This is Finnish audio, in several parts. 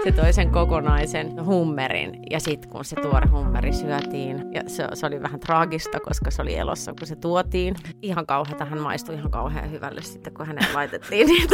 Se toi sen kokonaisen hummerin ja sitten kun se tuore hummeri syötiin, ja se oli vähän traagista, koska se oli elossa, kun se tuotiin. Ihan kauheata, hän maistui ihan kauhean hyvälle sitten, kun hänet laitettiin. Niin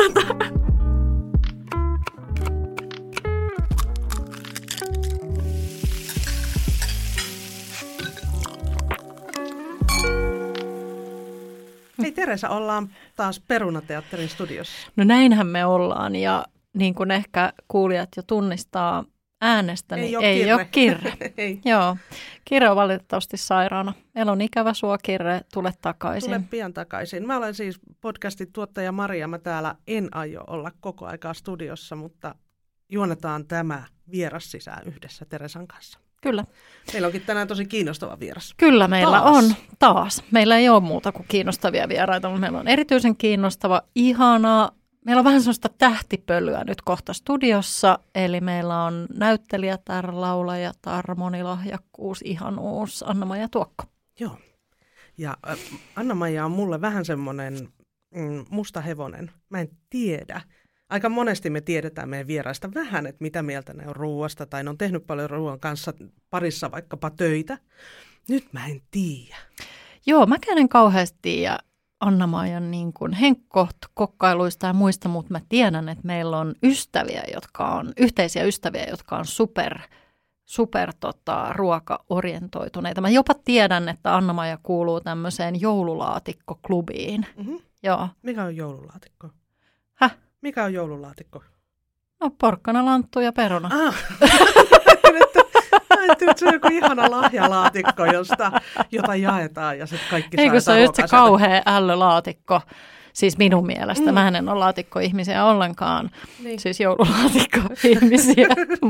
Hei Teresa, ollaan taas Perunateatterin studiossa. No näinhän me ollaan ja niin kuin ehkä kuulijat jo tunnistaa äänestä, niin ei ole Kirre. Ei. Joo, Kirre on valitettavasti sairaana. Meillä on ikävä sua, Kirre, tule takaisin. Tule pian takaisin. Mä olen siis podcastin tuottaja Maria. Mä täällä en aio olla koko aikaa studiossa, mutta juonetaan tämä vieras sisään yhdessä Teresan kanssa. Kyllä. Meillä onkin tänään tosi kiinnostava vieras. Kyllä meillä on taas. Meillä ei ole muuta kuin kiinnostavia vieraita, mutta meillä on erityisen kiinnostava, ihana. Meillä on vähän sellaista tähtipölyä nyt kohta studiossa, eli meillä on näyttelijätär, laulajatar, monilahjakkuus, ihanuus, Anna-Maija Tuokko. Joo. Ja Anna-Maija on mulle vähän semmoinen musta hevonen. Mä en tiedä. Aika monesti me tiedetään meidän vieraista vähän, että mitä mieltä ne on ruuasta, tai ne on tehnyt paljon ruoan kanssa parissa vaikkapa töitä. Nyt mä en tiedä. Joo, mäkään en kauheasti tiedä Anna-Maijan niin kuin kokkailuista ja muista, mutta mä tiedän, että meillä on yhteisiä ystäviä, jotka on super ruokaorientoituneita. Mä jopa tiedän, että Anna-Maija kuuluu tämmöiseen joululaatikkoklubiin. Mm-hmm. Joo. Mikä on joululaatikko? Häh? Mikä on joululaatikko? No porkkana, lanttu ja peruna. Ajattelin, että se on joku ihana lahjalaatikko, jota jaetaan ja sitten kaikki saa. Eikö se ole just se kauhea ällölaatikko? Siis minun mielestä. Mä en ole laatikkoihmisiä ollenkaan, niin. Siis joululaatikkoihmisiä,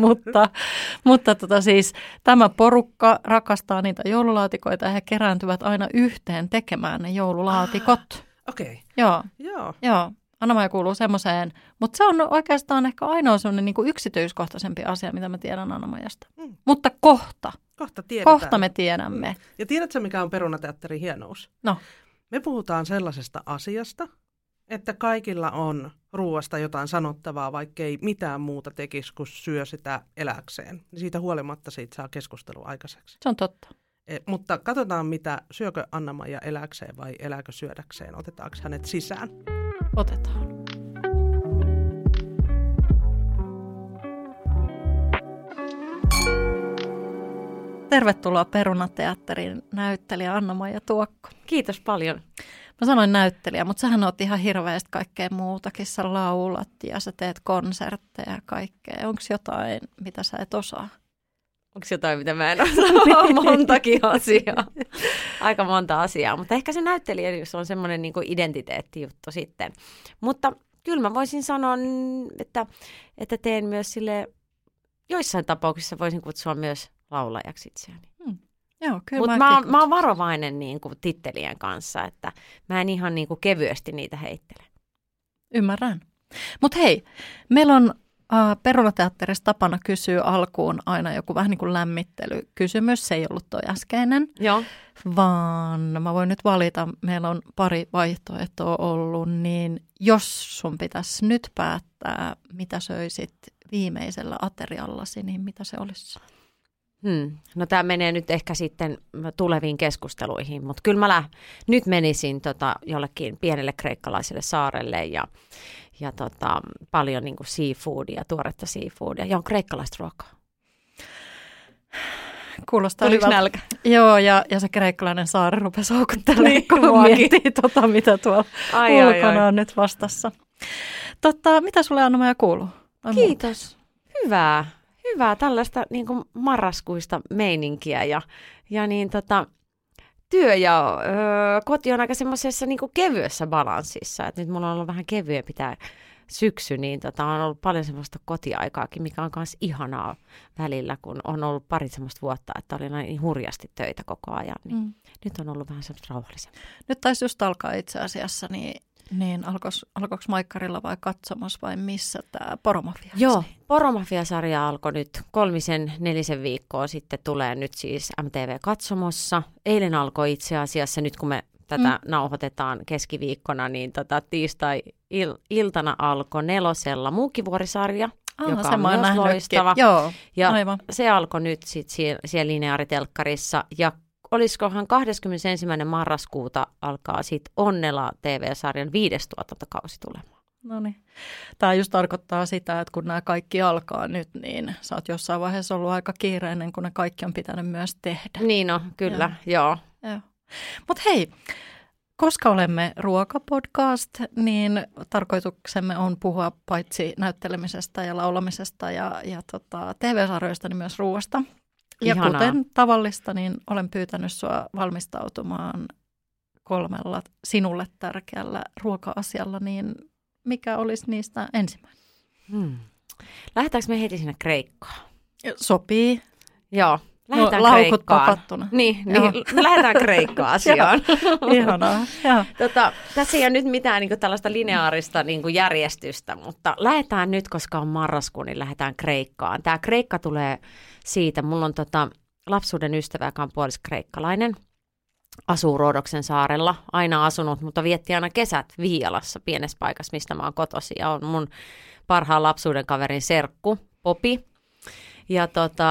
mutta siis tämä porukka rakastaa niitä joululaatikoita ja he kerääntyvät aina yhteen tekemään ne joululaatikot. Okei. Joo. Anna-Maija kuuluu semmoiseen, mutta se on oikeastaan ehkä ainoa semmoinen niin kuin yksityiskohtaisempi asia, mitä mä tiedän Anna-Maijasta. Mutta kohta me tiedämme. Ja tiedätkö, mikä on Perunateatterin hienous? No. Me puhutaan sellaisesta asiasta, että kaikilla on ruoasta jotain sanottavaa, vaikka ei mitään muuta tekisi kuin syö sitä eläkseen. Siitä huolimatta siitä saa keskustelua aikaiseksi. Se on totta. Mutta katsotaan, syökö Anna-Maija eläkseen vai elääkö syödäkseen. Otetaanko hänet sisään? Otetaan. Tervetuloa Perunateatterin näyttelijä Anna-Maija Tuokko. Kiitos paljon. Mä sanoin näyttelijä, mutta sähän oot ihan hirveästi kaikkea muutakin. Sä laulat ja sä teet konsertteja ja kaikkea. Onko jotain, mitä sä et osaa? Onko jotain, mitä mä en osaa? Montakin asiaa. Aika monta asiaa, mutta ehkä se näyttelijyys on semmoinen niin kuin identiteettijuttu sitten. Mutta kyllä mä voisin sanoa, että teen myös joissain tapauksissa voisin kutsua myös laulajaksi itseäni. Joo, kyllä. Mutta mä oon varovainen niin kuin tittelien kanssa, että mä en ihan niin kuin kevyesti niitä heittele. Ymmärrän. Mutta hei, meillä on Perunateatterissa tapana kysyä alkuun aina joku vähän niin kuin lämmittelykysymys. Se ei ollut toi äskeinen, Joo. Vaan mä voin nyt valita. Meillä on pari vaihtoehtoa ollut, niin jos sun pitäisi nyt päättää, mitä söisit viimeisellä ateriallasi, niin mitä se olisi? No tämä menee nyt ehkä sitten tuleviin keskusteluihin, mutta kyllä mä nyt menisin jollekin pienelle kreikkalaiselle saarelle ja paljon niin kuin seafoodia, tuoretta seafoodia ja on kreikkalaista ruokaa. Kuulostaa hyvältä. Nälkä? Joo, ja se kreikkalainen saari rupesi houkuttelemaan, kun miettii mitä tuolla ulkona on nyt vastassa. Mitä sulle Anna-Maija kuuluu? Kiitos. Hyvää tällaista niin kuin marraskuista meininkiä ja niin työ ja koti on aika semmoisessa niin kuin kevyessä balanssissa. Et nyt mulla on ollut vähän kevyempi tämä syksy, niin on ollut paljon semmoista kotiaikaakin, mikä on myös ihanaa välillä, kun on ollut pari semmoista vuotta, että oli niin hurjasti töitä koko ajan. Niin nyt on ollut vähän semmoista rauhallisempaa. Nyt taisi just alkaa itse asiassa, niin alkoiko Maikkarilla vai katsomassa vai missä tämä Poromafia? Joo, Poromafia-sarja alkoi nyt 3-4 viikkoa sitten, tulee nyt siis MTV-katsomossa. Eilen alkoi itse asiassa, nyt kun me tätä nauhoitetaan keskiviikkona, niin tiistai-iltana alkoi 4 Muukkivuori-sarja. joka on myös loistava. Joo, ja aivan. se alkoi nyt sitten siellä lineaaritelkkarissa. Ja olisikohan 21. marraskuuta alkaa sitten Onnela TV-sarjan 5. tuotantokausi tulemaan. No niin. Tämä just tarkoittaa sitä, että kun nämä kaikki alkaa nyt, niin sä oot jossain vaiheessa ollut aika kiireinen, kun ne kaikki on pitänyt myös tehdä. Niin on, kyllä, joo. Mutta hei, koska olemme ruokapodcast, niin tarkoituksemme on puhua paitsi näyttelemisestä ja laulamisesta ja TV-sarjoista, niin myös ruoasta. Ja Ihanaa. kuten tavallista, niin olen pyytänyt sua valmistautumaan 3 sinulle tärkeällä ruoka-asialla, niin mikä olisi niistä ensimmäinen? Lähdetäänkö me heti sinne Kreikkaan? Sopii. Joo, lähdetään laukut Kreikkaan. pakattuna. Niin, me lähdetään Kreikka-asiaan. Ihanaa, joo. Tässä ei ole nyt mitään niin kuin tällaista lineaarista niin kuin järjestystä, mutta lähdetään nyt, koska on marraskuu, niin lähdetään Kreikkaan. Tämä Kreikka tulee siitä, mulla on lapsuuden ystävä, joka on puoliskreikkalainen, asuu Rodoksen saarella, aina asunut, mutta vietti aina kesät Viialassa, pienessä paikassa, mistä mä oon kotoisin, ja on mun parhaan lapsuuden kaverin serkku, Popi. Ja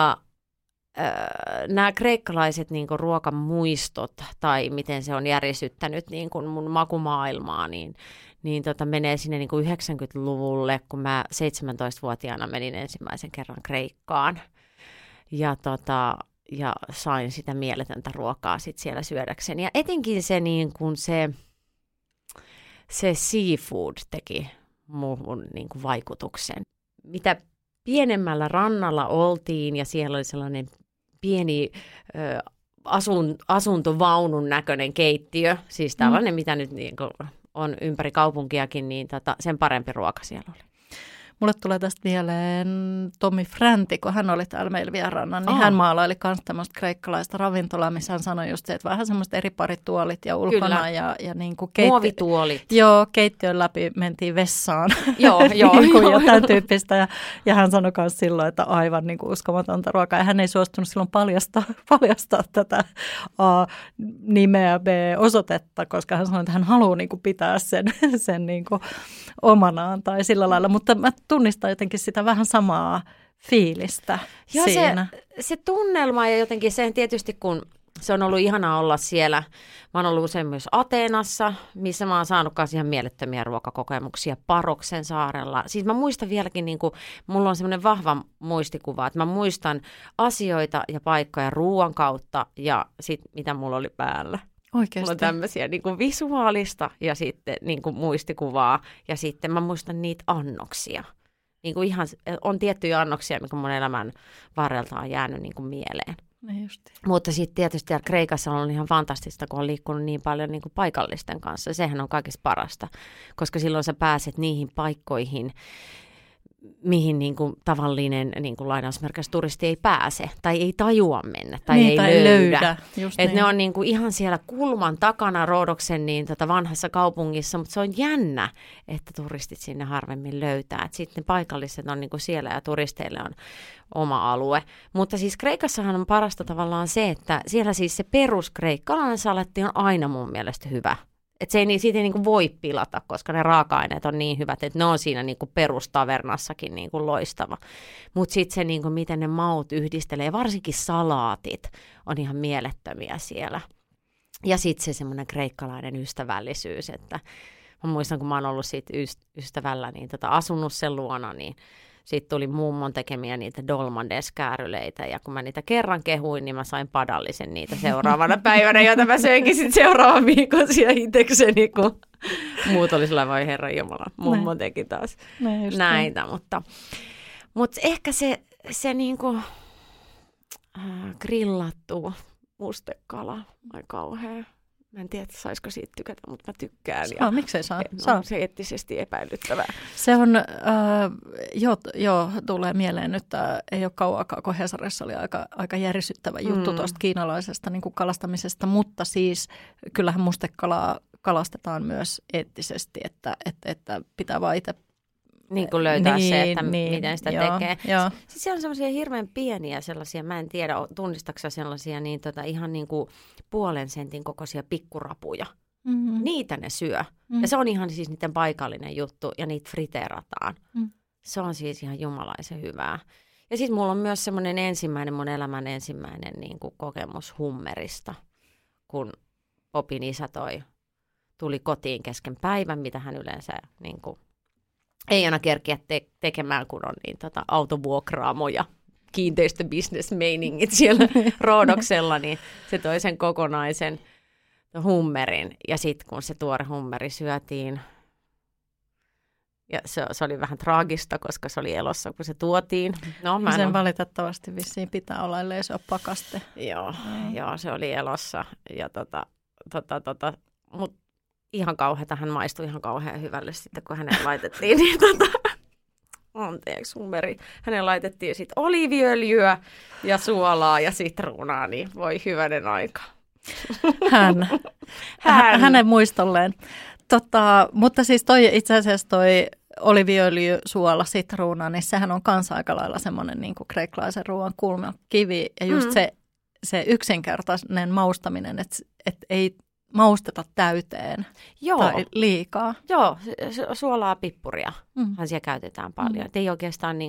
nämä kreikkalaiset niin kuin ruokamuistot, tai miten se on järjestyttänyt niin kuin mun makumaailmaa, niin menee sinne niin kuin 90-luvulle, kun mä 17-vuotiaana menin ensimmäisen kerran Kreikkaan. Ja sain sitä mieletöntä ruokaa sit siellä syödäkseni. Ja etenkin se, niin kuin se seafood teki muuhun niin kuin vaikutuksen. Mitä pienemmällä rannalla oltiin ja siellä oli sellainen pieni asuntovaunun näköinen keittiö, siis tällainen, mitä nyt niin kuin on ympäri kaupunkiakin, niin sen parempi ruoka siellä oli. Mulle tulee tästä mieleen Tommi Fränti, kun hän oli täällä meillä vieraana, niin hän maalaili myös tämmöistä kreikkalaista ravintolaa, missä hän sanoi just, että vähän semmoista eri parituolit ja ulkona ja niin kuin muovituolit. Joo, keittiön läpi mentiin vessaan. Joo. Ja tämän tyyppistä. Ja hän sanoi myös silloin, että aivan niin kuin uskomatonta ruokaa. Ja hän ei suostunut silloin paljastaa tätä nimeä B-osoitetta, koska hän sanoi, että hän haluaa niin kuin pitää sen niin kuin omanaan tai sillä lailla. Mutta mä tunnistan jotenkin sitä vähän samaa fiilistä siinä. Se tunnelma ja jotenkin sen tietysti, kun se on ollut ihanaa olla siellä. Mä oon ollut usein myös Ateenassa, missä mä oon saanut myös ihan mielettömiä ruokakokemuksia Paroksen saarella. Siis mä muistan vieläkin, niin kuin, mulla on semmoinen vahva muistikuva, että mä muistan asioita ja paikkoja ruoan kautta ja sit mitä mulla oli päällä. Oikeasti. Mulla on tämmöisiä niin kuin visuaalista ja sitten niin kuin muistikuvaa ja sitten mä muistan niitä annoksia. Niin kuin ihan, on tiettyjä annoksia, mikä mun elämän varrelta on jäänyt niin kuin mieleen. Mutta sitten tietysti Kreikassa on ihan fantastista, kun on liikkunut niin paljon niin kuin paikallisten kanssa. Sehän on kaikista parasta, koska silloin sä pääset niihin paikkoihin, mihin niin kuin tavallinen niin kuin lainausmerkeissä turisti ei pääse tai ei tajua mennä tai niin, ei löydä. Että niin. Ne on niin kuin ihan siellä kulman takana Rodoksen niin vanhassa kaupungissa, mutta se on jännä, että turistit sinne harvemmin löytää. Sitten paikalliset on niin kuin siellä ja turisteille on oma alue. Mutta siis Kreikassahan on parasta tavallaan se, että siellä siis se peruskreikkalainen saletti on aina mun mielestä hyvä. Että siitä ei niinku voi pilata, koska ne raaka-aineet on niin hyvät, että ne on siinä niinku perustavernassakin niinku loistava. Mutta sitten se, niinku, miten ne maut yhdistelee, varsinkin salaatit, on ihan mielettömiä siellä. Ja sitten se semmoinen kreikkalainen ystävällisyys, että mä muistan, kun mä oon ollut siitä ystävällä, niin asunut sen luona, niin sitten tuli mummon tekemiä niitä dolmandes-kääryleitä, ja kun mä niitä kerran kehuin, niin mä sain padallisen niitä seuraavana päivänä, joita mä söinkin sitten seuraavan viikon siellä itsekseni, kun muut oli sillä voi herran jumala, mummo teki taas näitä. Mutta ehkä se niinku grillattu mustekala, ai kauhea. Mä en tiedä, saisiko siitä tykätä, mutta mä tykkään. Miksei saa? On se eettisesti epäilyttävää. Se on, tulee mieleen nyt, ei ole kauankaan, kun Hesarissa oli aika järisyttävä juttu tuosta kiinalaisesta niin kuin kalastamisesta, mutta siis kyllähän mustekalaa kalastetaan myös eettisesti, että pitää vaan itse niin kuin löytää se, että miten sitä tekee. Siis siellä on sellaisia hirveän pieniä sellaisia, mä en tiedä, tunnistatko sellaisia niin ihan niin kuin 0,5 sentin kokoisia pikkurapuja. Mm-hmm. Niitä ne syö. Mm-hmm. Ja se on ihan siis niiden paikallinen juttu ja niitä friteerataan. Mm-hmm. Se on siis ihan jumalaisen hyvää. Ja sitten mulla on myös semmoinen mun elämän ensimmäinen niin kuin kokemus hummerista, kun Popin isä tuli kotiin kesken päivän, mitä hän yleensä niin kuin, ei aina kerkiä tekemään, kun on niin, autovuokraamo ja kiinteistöbisnesmeiningit siellä Roodoksella, niin se toi sen kokonaisen hummerin. Ja sitten kun se tuore hummeri syötiin, ja se oli vähän traagista, koska se oli elossa, kun se tuotiin. No, sen valitettavasti vissiin pitää olla, ellei se ole pakaste. Joo, se oli elossa. Ja mutta ihan kauheata, hän maistui ihan kauhean hyvälle sitten, kun hänelle laitettiin niin anteeksi, hummeri. Hänelle laitettiin sitten oliiviöljyä ja suolaa ja sitruunaa, niin voi hyvänen aika. Hänen muistolleen. Mutta siis itse asiassa toi oliiviöljy, suola, sitruuna, niin sehän on kanssa aika lailla semmoinen niin kuin kreikkalaisen ruoan kulmakivi. Ja just se yksinkertainen maustaminen, että ei mausteta täyteen tai liikaa. Joo, suolaa, pippuria siellä käytetään paljon. Et ei oikeastaan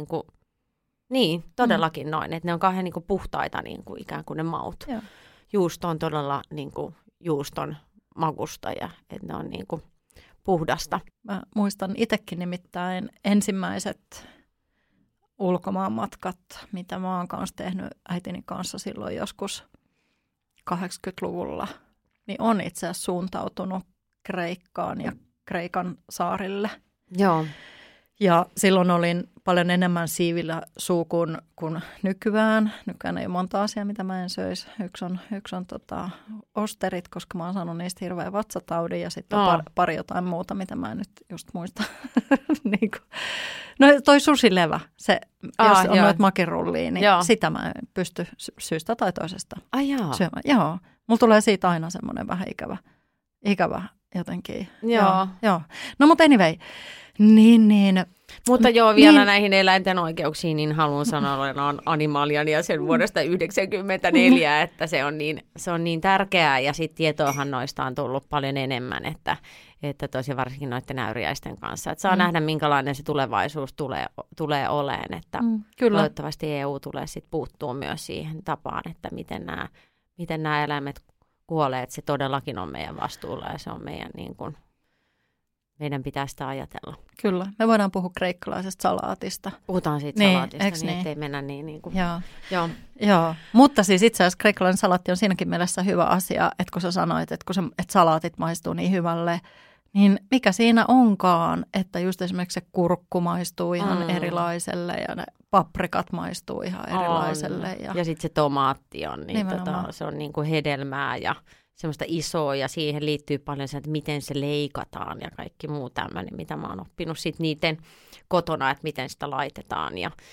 todellakin noin, että ne on kauhean niin kuin puhtaita niin kuin ikään kuin ne maut. Joo. Juusto on todella niin kuin juuston makusta ja että ne on niin kuin puhdasta. Mä muistan itsekin nimittäin ensimmäiset ulkomaanmatkat, mitä mä oon kanssa tehnyt äitini kanssa silloin joskus 80-luvulla, niin on itse asiassa suuntautunut Kreikkaan ja Kreikan saarille. Joo. Ja silloin olin paljon enemmän siivillä suukuun kuin nykyään. Nykyään ei ole monta asiaa, mitä mä en söisi. Yksi on osterit, koska mä oon saanut niistä hirveän vatsataudin ja sitten pari jotain muuta, mitä mä en nyt just muista. niin no toi susilevä, se, jos on noita makirullia, niin sitä mä en pysty syystä tai toisesta syömään. Joo, mulla tulee siitä aina semmoinen vähän ikävä jotenkin. Joo. No mutta anyway. Niin. Mutta vielä näihin eläinten oikeuksiin, niin haluan sanoa, että on Animalian ja sen vuodesta 1994, että se on niin tärkeää ja sitten tietoahan noista on tullut paljon enemmän, että tosiaan varsinkin noiden äyriäisten kanssa. Että saa nähdä, minkälainen se tulevaisuus tulee olemaan, että toivottavasti EU tulee sitten puuttua myös siihen tapaan, että miten nämä eläimet kuolee, että se todellakin on meidän vastuulla ja se on meidän niin kuin meidän pitää sitä ajatella. Kyllä. Me voidaan puhua kreikkalaisesta salaatista. Puhutaan siitä salaatista, niin ettei mennä niin kuin. Joo. Mutta siis itse asiassa kreikkalainen salaatti on siinäkin mielessä hyvä asia, että kun sä sanoit, että salaatit maistuu niin hyvälle, niin mikä siinä onkaan, että just esimerkiksi se kurkku maistuu ihan erilaiselle ja ne paprikat maistuu ihan erilaiselle. Ja sitten se tomaatti on, niin se on niin kuin hedelmää ja semmoista isoa ja siihen liittyy paljon se, että miten se leikataan ja kaikki muu tämmöinen, mitä mä oon oppinut sitten niiden kotona, että miten sitä laitetaan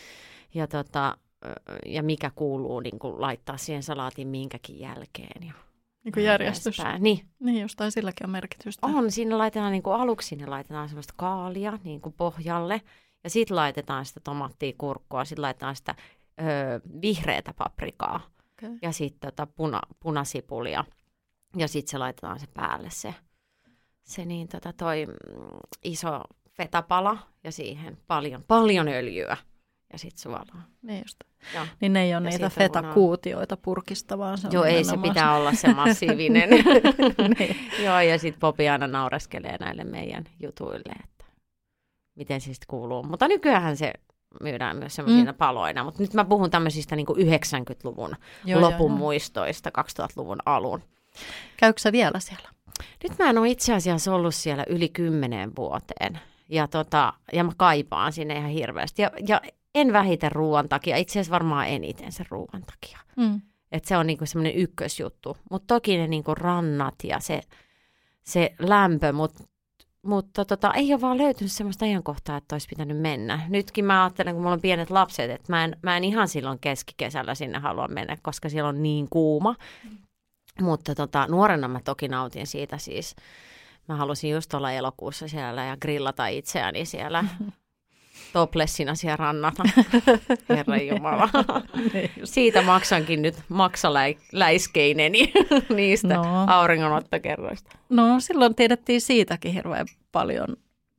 ja mikä kuuluu niin kuin laittaa siihen salaatin minkäkin jälkeen. Niin kuin järjestys. Niin, jostain silläkin on merkitystä. On, siinä laitetaan niin kuin aluksi sinne laitetaan semmoista kaalia niin kuin pohjalle ja sitten laitetaan sitä tomaattia, kurkkua, sitten laitetaan sitä vihreätä paprikaa ja sitten punasipulia. Ja sitten se laitetaan se päälle se niin toi iso fetapala ja siihen paljon öljyä ja sitten suolaa. Niin just. Niin ne ei ole niitä fetakuutioita purkista, vaan se on ei se pitää olla se massiivinen. Niin. Joo, ja sitten Popi aina naureskelee näille meidän jutuille, että miten se sitten kuuluu. Mutta nykyään se myydään myös semmoisina paloina, mutta nyt mä puhun tämmöisistä niin kuin 90-luvun lopun muistoista, 2000-luvun alun. Käykö sä vielä siellä? Nyt mä en ole itse asiassa ollut siellä yli 10 vuoteen ja mä kaipaan sinne ihan hirveästi. Ja en vähiten ruoan takia, itse asiassa varmaan eniten sen ruoan takia. Että se on niinku semmoinen ykkösjuttu. Mutta toki ne niinku rannat ja se lämpö, mutta ei ole vaan löytynyt semmoista ajankohtaa, että olisi pitänyt mennä. Nytkin mä ajattelen, kun mulla on pienet lapset, että mä en ihan silloin keskikesällä sinne halua mennä, koska siellä on niin kuuma. Mutta nuorena mä toki nautin siitä siis. Mä halusin just olla elokuussa siellä ja grillata itseäni siellä toplessina siellä rannata. Herran Jumala. Siitä maksankin nyt maksaläiskeineni niistä auringonottokerroista. No silloin tiedettiin siitäkin hirveän paljon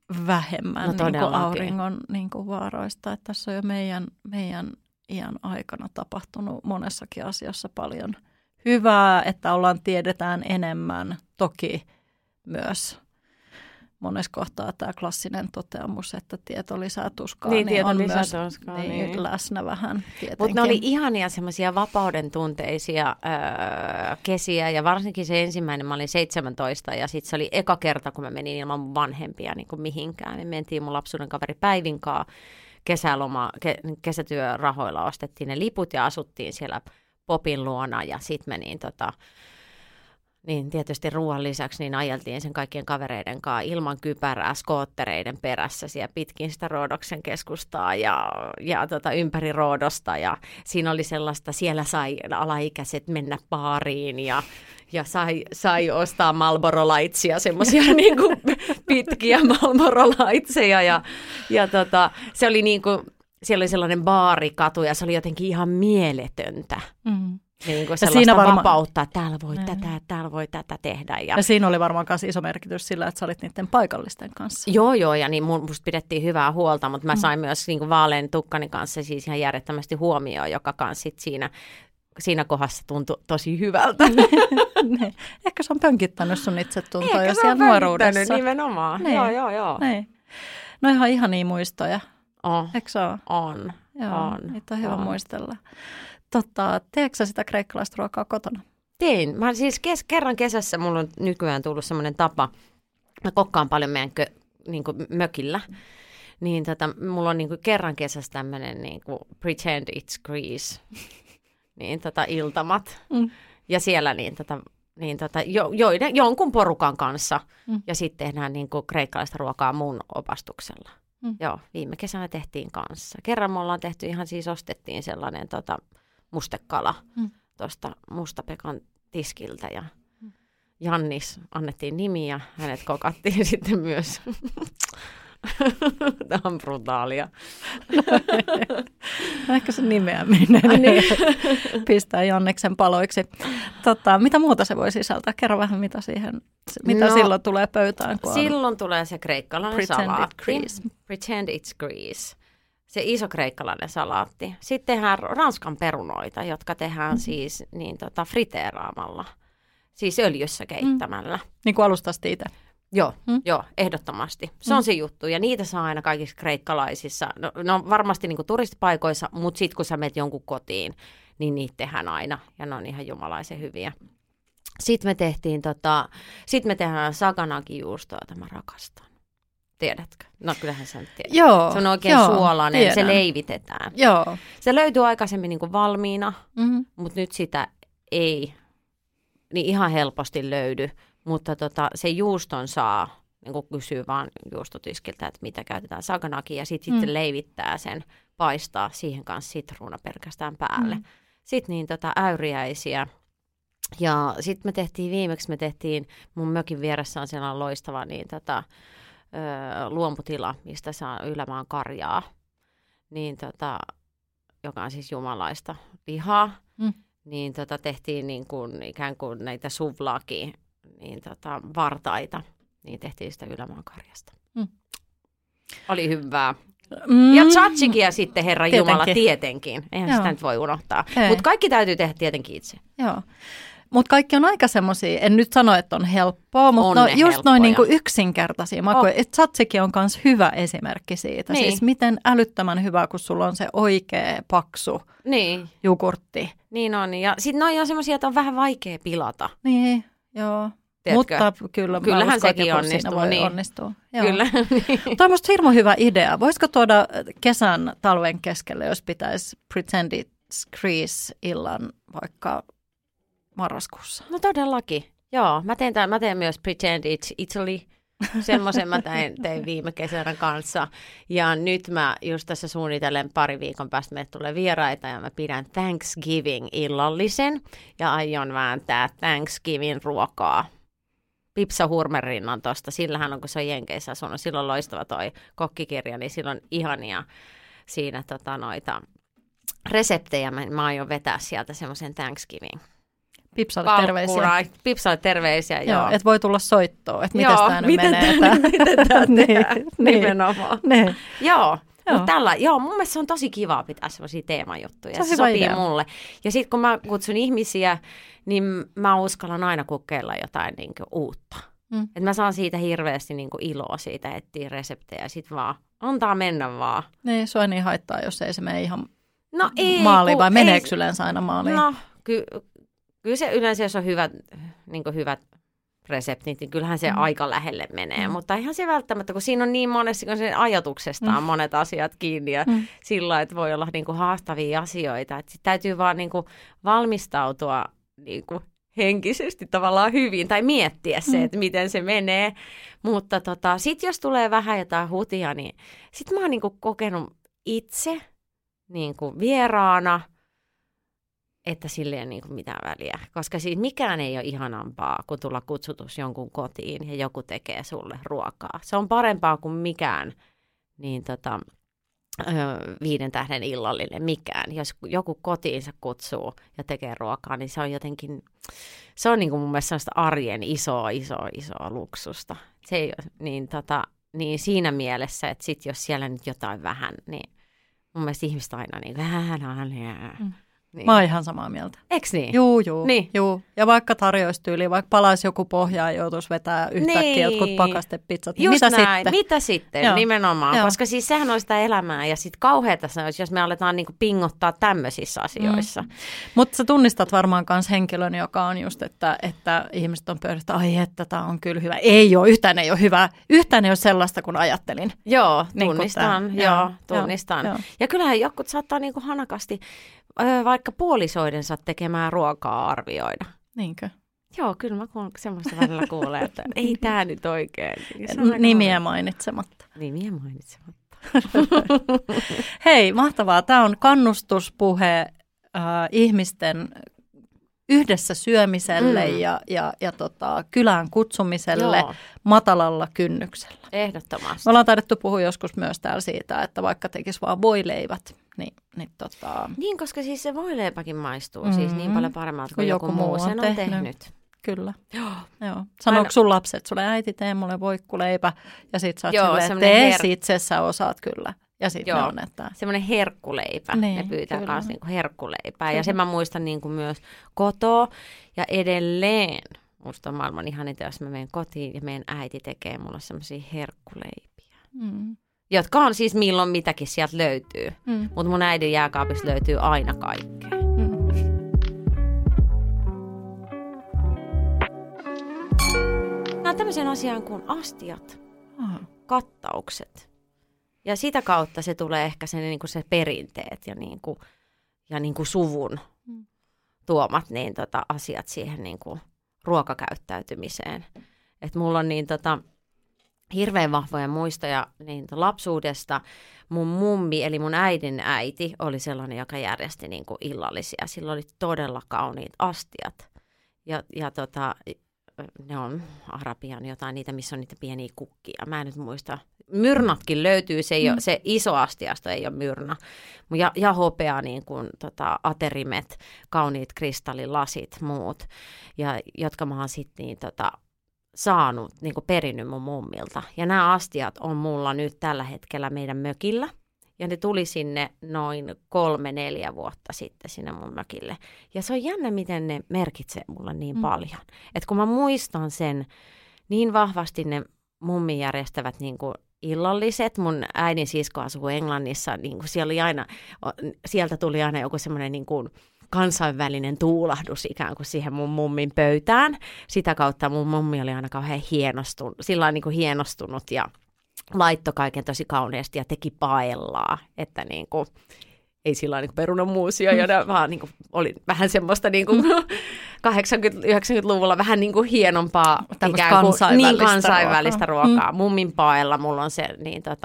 vähemmän niin kuin auringon niin kuin vaaroista. Että tässä on jo meidän iän aikana tapahtunut monessakin asiassa paljon hyvää, että tiedetään enemmän. Toki myös monessa kohtaa tämä klassinen toteamus, että tieto lisää tuskaa, niin on myös niin läsnä vähän tietenkin. Mutta ne oli ihania semmoisia vapauden tunteisia kesiä, ja varsinkin se ensimmäinen, mä olin 17, ja sitten se oli eka kerta, kun mä menin ilman mun vanhempia niin kuin mihinkään. Me mentiin mun lapsuuden kaveri Päivin kanssa kesätyörahoilla, ostettiin ne liput ja asuttiin siellä Popin luona, ja sitten menin niin tietysti ruoan lisäksi niin ajeltiin sen kaikkien kavereiden kanssa ilman kypärää skoottereiden perässä siellä pitkin sitä Roodoksen keskustaa ja ympäri Roodosta. Ja siinä oli sellaista, siellä sai alaikäiset mennä baariin ja sai ostaa Marlboro Lightsia, semmoisia niin kuin pitkiä Marlboro Lightseja. Ja se oli niin kuin, siellä oli sellainen baarikatu ja se oli jotenkin ihan mieletöntä. Mm. Niin kuin sellaista vapautta, että täällä voi tätä tehdä. Ja siinä oli varmaan myös iso merkitys sillä, että sä olit niiden paikallisten kanssa. Joo, ja niin musta pidettiin hyvää huolta, mutta mä sain myös niin kuin vaalean tukkani kanssa siis ihan järjettömästi huomioon, joka kanssa sit siinä kohdassa tuntui tosi hyvältä. Ehkä se on pönkittänyt sun itsetuntoa jo siellä nuoruudessa. Nimenomaan, joo. No ihan ihania muistoja. Eikö se ole? On. Niitä on hyvä muistella. Teetkö sä sitä kreikkalaista ruokaa kotona? Tein. Mä siis kerran kesässä mulla on nykyään tullut semmoinen tapa. Mä kokkaan paljon meidän niinku mökillä. Niin mulla on niinku kerran kesässä tämmöinen niinku pretend it's Greece. Niin iltamat. Ja siellä jonkun porukan kanssa. Ja sitten tehdään niinku kreikkalaista ruokaa mun opastuksella. Joo, viime kesänä tehtiin kanssa. Kerran me ollaan tehty ostettiin sellainen mustekala tuosta Mustapekan tiskiltä ja Jannis annettiin nimi ja hänet kokattiin sitten myös. Tämä on brutaalia. Ehkä se nimeäminen pistää Janniksen paloiksi. Mitä muuta se voi sisältää? Kerro vähän, mitä silloin tulee pöytään. Silloin tulee se kreikkalainen salaatti. Pretend it's Greece. Se iso kreikkalainen salaatti. Sitten tehdään ranskan perunoita, jotka tehdään siis friteeraamalla. Siis öljyssä keittämällä. Niin kuin alustasti itse. Joo, ehdottomasti. Se on se juttu. Ja niitä saa aina kaikissa kreikkalaisissa. No varmasti niin kuin turistipaikoissa, mutta sitten kun sä menet jonkun kotiin, niin niitä tehdään aina. Ja ne on ihan jumalaisen hyviä. Sitten me tehdään saganaki-juustoa, jota mä rakastan. Tiedätkö? No kyllähän sen tiedät. Joo, se on oikein suolainen, tiedän. Se leivitetään. Joo. Se löytyy aikaisemmin niin kuin valmiina, mutta nyt sitä ei niin ihan helposti löydy. Mutta se juuston saa, niin kuin kysyy vaan juustotiskiltä, että mitä käytetään saganakiin, ja sitten leivittää sen, paistaa siihen kanssa sitruuna pelkästään päälle. Sitten niin äyriäisiä. Ja sitten viimeksi me tehtiin, mun mökin vieressä on sellainen loistava luomputila, mistä saa Ylämaan karjaa, niin joka on siis jumalaista lihaa, niin tehtiin niin kuin, ikään kuin näitä suvlaakin, niin vartaita, niin tehtiin sitä Ylämaan karjasta. Oli hyvää. Ja tzatsikia sitten, Herran Jumala, tietenkin. Eihän sitä nyt voi unohtaa. Mutta kaikki täytyy tehdä tietenkin itse. Joo. Mutta kaikki on aika semmoisia, en nyt sano, että on helppoa, mutta just noin niinku yksinkertaisia makuja. Tzatziki on myös hyvä esimerkki siitä. Niin. Siis miten älyttömän hyvä, kun sulla on se oikea paksu jogurtti. Niin on, ja sitten noi on semmoisia, että on vähän vaikea pilata. Niin, joo. Tiedätkö? Mutta kyllähän sekin onnistuu. Onnistuu. Joo. Kyllä. Toi on musta hirmu hyvä idea. Voisiko tuoda kesän talven keskelle, jos pitäisi Pretend It's Greece illan vaikka marraskuussa? No todellakin. Joo, mä teen myös Pretend It's Italy. Semmoisen mä tein viime kesänä kanssa. Ja nyt mä just tässä suunnitellen pari viikon päästä meille tulee vieraita ja mä pidän Thanksgiving-illallisen ja aion vääntää Thanksgiving-ruokaa. Pipsa Hurmerinnan tosta, sillähän on, kun se on Jenkeissä asunut, silloin on loistava toi kokkikirja, niin silloin ihania siinä noita reseptejä. Mä aion vetää sieltä semmoisen Thanksgiving. Pipsalle terveisiä. Pipsalle terveisiä, joo. Että voi tulla soittoon, että miten tämä nyt menee. Miten tämä tehdään, nimenomaan. Niin. Joo. Mun mielestä se on tosi kivaa pitää sellaisia teemajuttuja. Se sopii idea mulle. Ja sitten kun mä kutsun ihmisiä, niin mä uskallan aina kokeilla jotain niin kuin uutta. Että mä saan siitä hirveästi niin kuin iloa siitä, etsiä reseptejä ja sitten vaan antaa mennä vaan. Niin, sua ei niin haittaa, jos ei se mene ihan maaliin, vai meneekö yleensä aina maaliin? No, kyllä se yleensä, jos on hyvät reseptit, niin kyllähän se aika lähelle menee, mutta ihan se välttämättä, kun siinä on niin monesti, kun sen ajatuksestaan monet asiat kiinni ja sillä, että voi olla niin kuin haastavia asioita, että sit täytyy vaan niin kuin valmistautua niin kuin henkisesti tavallaan hyvin tai miettiä se, että miten se menee, mutta sitten jos tulee vähän jotain hutia, niin sitten mä oon niin kuin kokenut itse niin kuin vieraana, että sille ei ole niin kuin mitään väliä, koska siitä mikään ei ole ihanampaa, kun tulla kutsutus jonkun kotiin ja joku tekee sulle ruokaa. Se on parempaa kuin mikään 5 tähden illallinen, mikään. Jos joku kotiinsa kutsuu ja tekee ruokaa, niin se on jotenkin, se on niin kuin mun mielestä sellaista arjen isoa luksusta. Se ei ole, niin siinä mielessä, että sit jos siellä nyt jotain vähän, niin mun mielestä ihmiset aina niin vähän. Niin. Mä oon ihan samaa mieltä. Eiks niin? Juu. Ja vaikka tarjoistyyliin, vaikka palaisi joku pohjaan ja joutuisi vetää yhtäkkiä jotkut pakastepizzat, niin mitä näin. sitten? Mitä sitten, joo. Nimenomaan. Joo. Koska siis sehän on sitä elämää ja sitten kauheata se olisi, jos me aletaan niinku pingottaa tämmöisissä asioissa. Mutta sä tunnistat varmaan myös henkilön, joka on just, että ihmiset on pöydästä, ai että tämä on kyllä hyvä. Yhtään ei ole hyvä. Yhtään ei ole sellaista, kun ajattelin. Joo, tunnistan. Joo. Ja kyllähän jotkut saattaa niinku hanakasti vaikka puolisoidensa tekemään ruokaa arvioida. Niinkö? Joo, kyllä mä semmoista välillä kuulen, että ei tämä nyt oikein. Nimiä mainitsematta. Hei, mahtavaa. Tämä on kannustuspuhe ihmisten yhdessä syömiselle ja kylään kutsumiselle matalalla kynnyksellä. Ehdottomasti. Me ollaan taidettu puhua joskus myös täällä siitä, että vaikka tekisi vaan voileivät, Niin, koska siis se voileipäkin maistuu siis niin paljon paremmalta kuin joku muu sen on tehnyt. Kyllä. Joo. Sanoiko sun lapset, sulle äiti tee mulle voikkuleipä ja sit sä oot silleen, tee itse, sä osaat kyllä. Ja sitten ne on, että semmoinen herkkuleipä. Ne pyytää myös niinku herkkuleipää. Ja sen mä muistan niinku myös kotoa. Ja edelleen musta on maailman ihaninta, jos mä menen kotiin ja meidän äiti tekee mulle semmoisia herkkuleipiä. Jotka on siis milloin mitäkin sieltä löytyy. Mutta mun äidin jääkaapissa löytyy aina kaikkea. Nämä on tämmöisen asian kuin astiat, kattaukset. Ja sitä kautta se tulee ehkä se perinteet ja suvun tuomat asiat siihen ruokakäyttäytymiseen. Et mulla on hirveän vahvoja muistoja lapsuudesta. Mun mummi, eli mun äidin äiti, oli sellainen, joka järjesti illallisia. Sillä oli todella kauniit astiat. Ja ne on arabian jotain, niitä, missä on niitä pieniä kukkia. Mä en nyt muista. Myrnatkin löytyy, se iso astiasta ei ole myrna. Ja hopea, aterimet, kauniit kristallilasit, muut, ja, jotka mä oon sitten saanut, perinnyt mun mummilta. Ja nämä astiat on mulla nyt tällä hetkellä meidän mökillä. Ja ne tuli sinne noin 3-4 vuotta sitten sinne mun mökille. Ja se on jännä, miten ne merkitsee mulle niin paljon. Että kun mä muistan sen niin vahvasti, ne mummin järjestävät illalliset. Mun äidin sisko asuu Englannissa. Siellä oli sieltä tuli aina joku semmoinen kansainvälinen tuulahdus ikään kuin siihen mun mummin pöytään. Sitä kautta mun mummi oli aina kauhean hienostunut ja laittoi kaiken tosi kauneasti ja teki paellaa, että ei sillä perunamuusia, ja vaan oli vähän semmoista 80-90-luvulla vähän hienompaa ikään kuin kansainvälistä ruokaa. Mummin paella mulla on se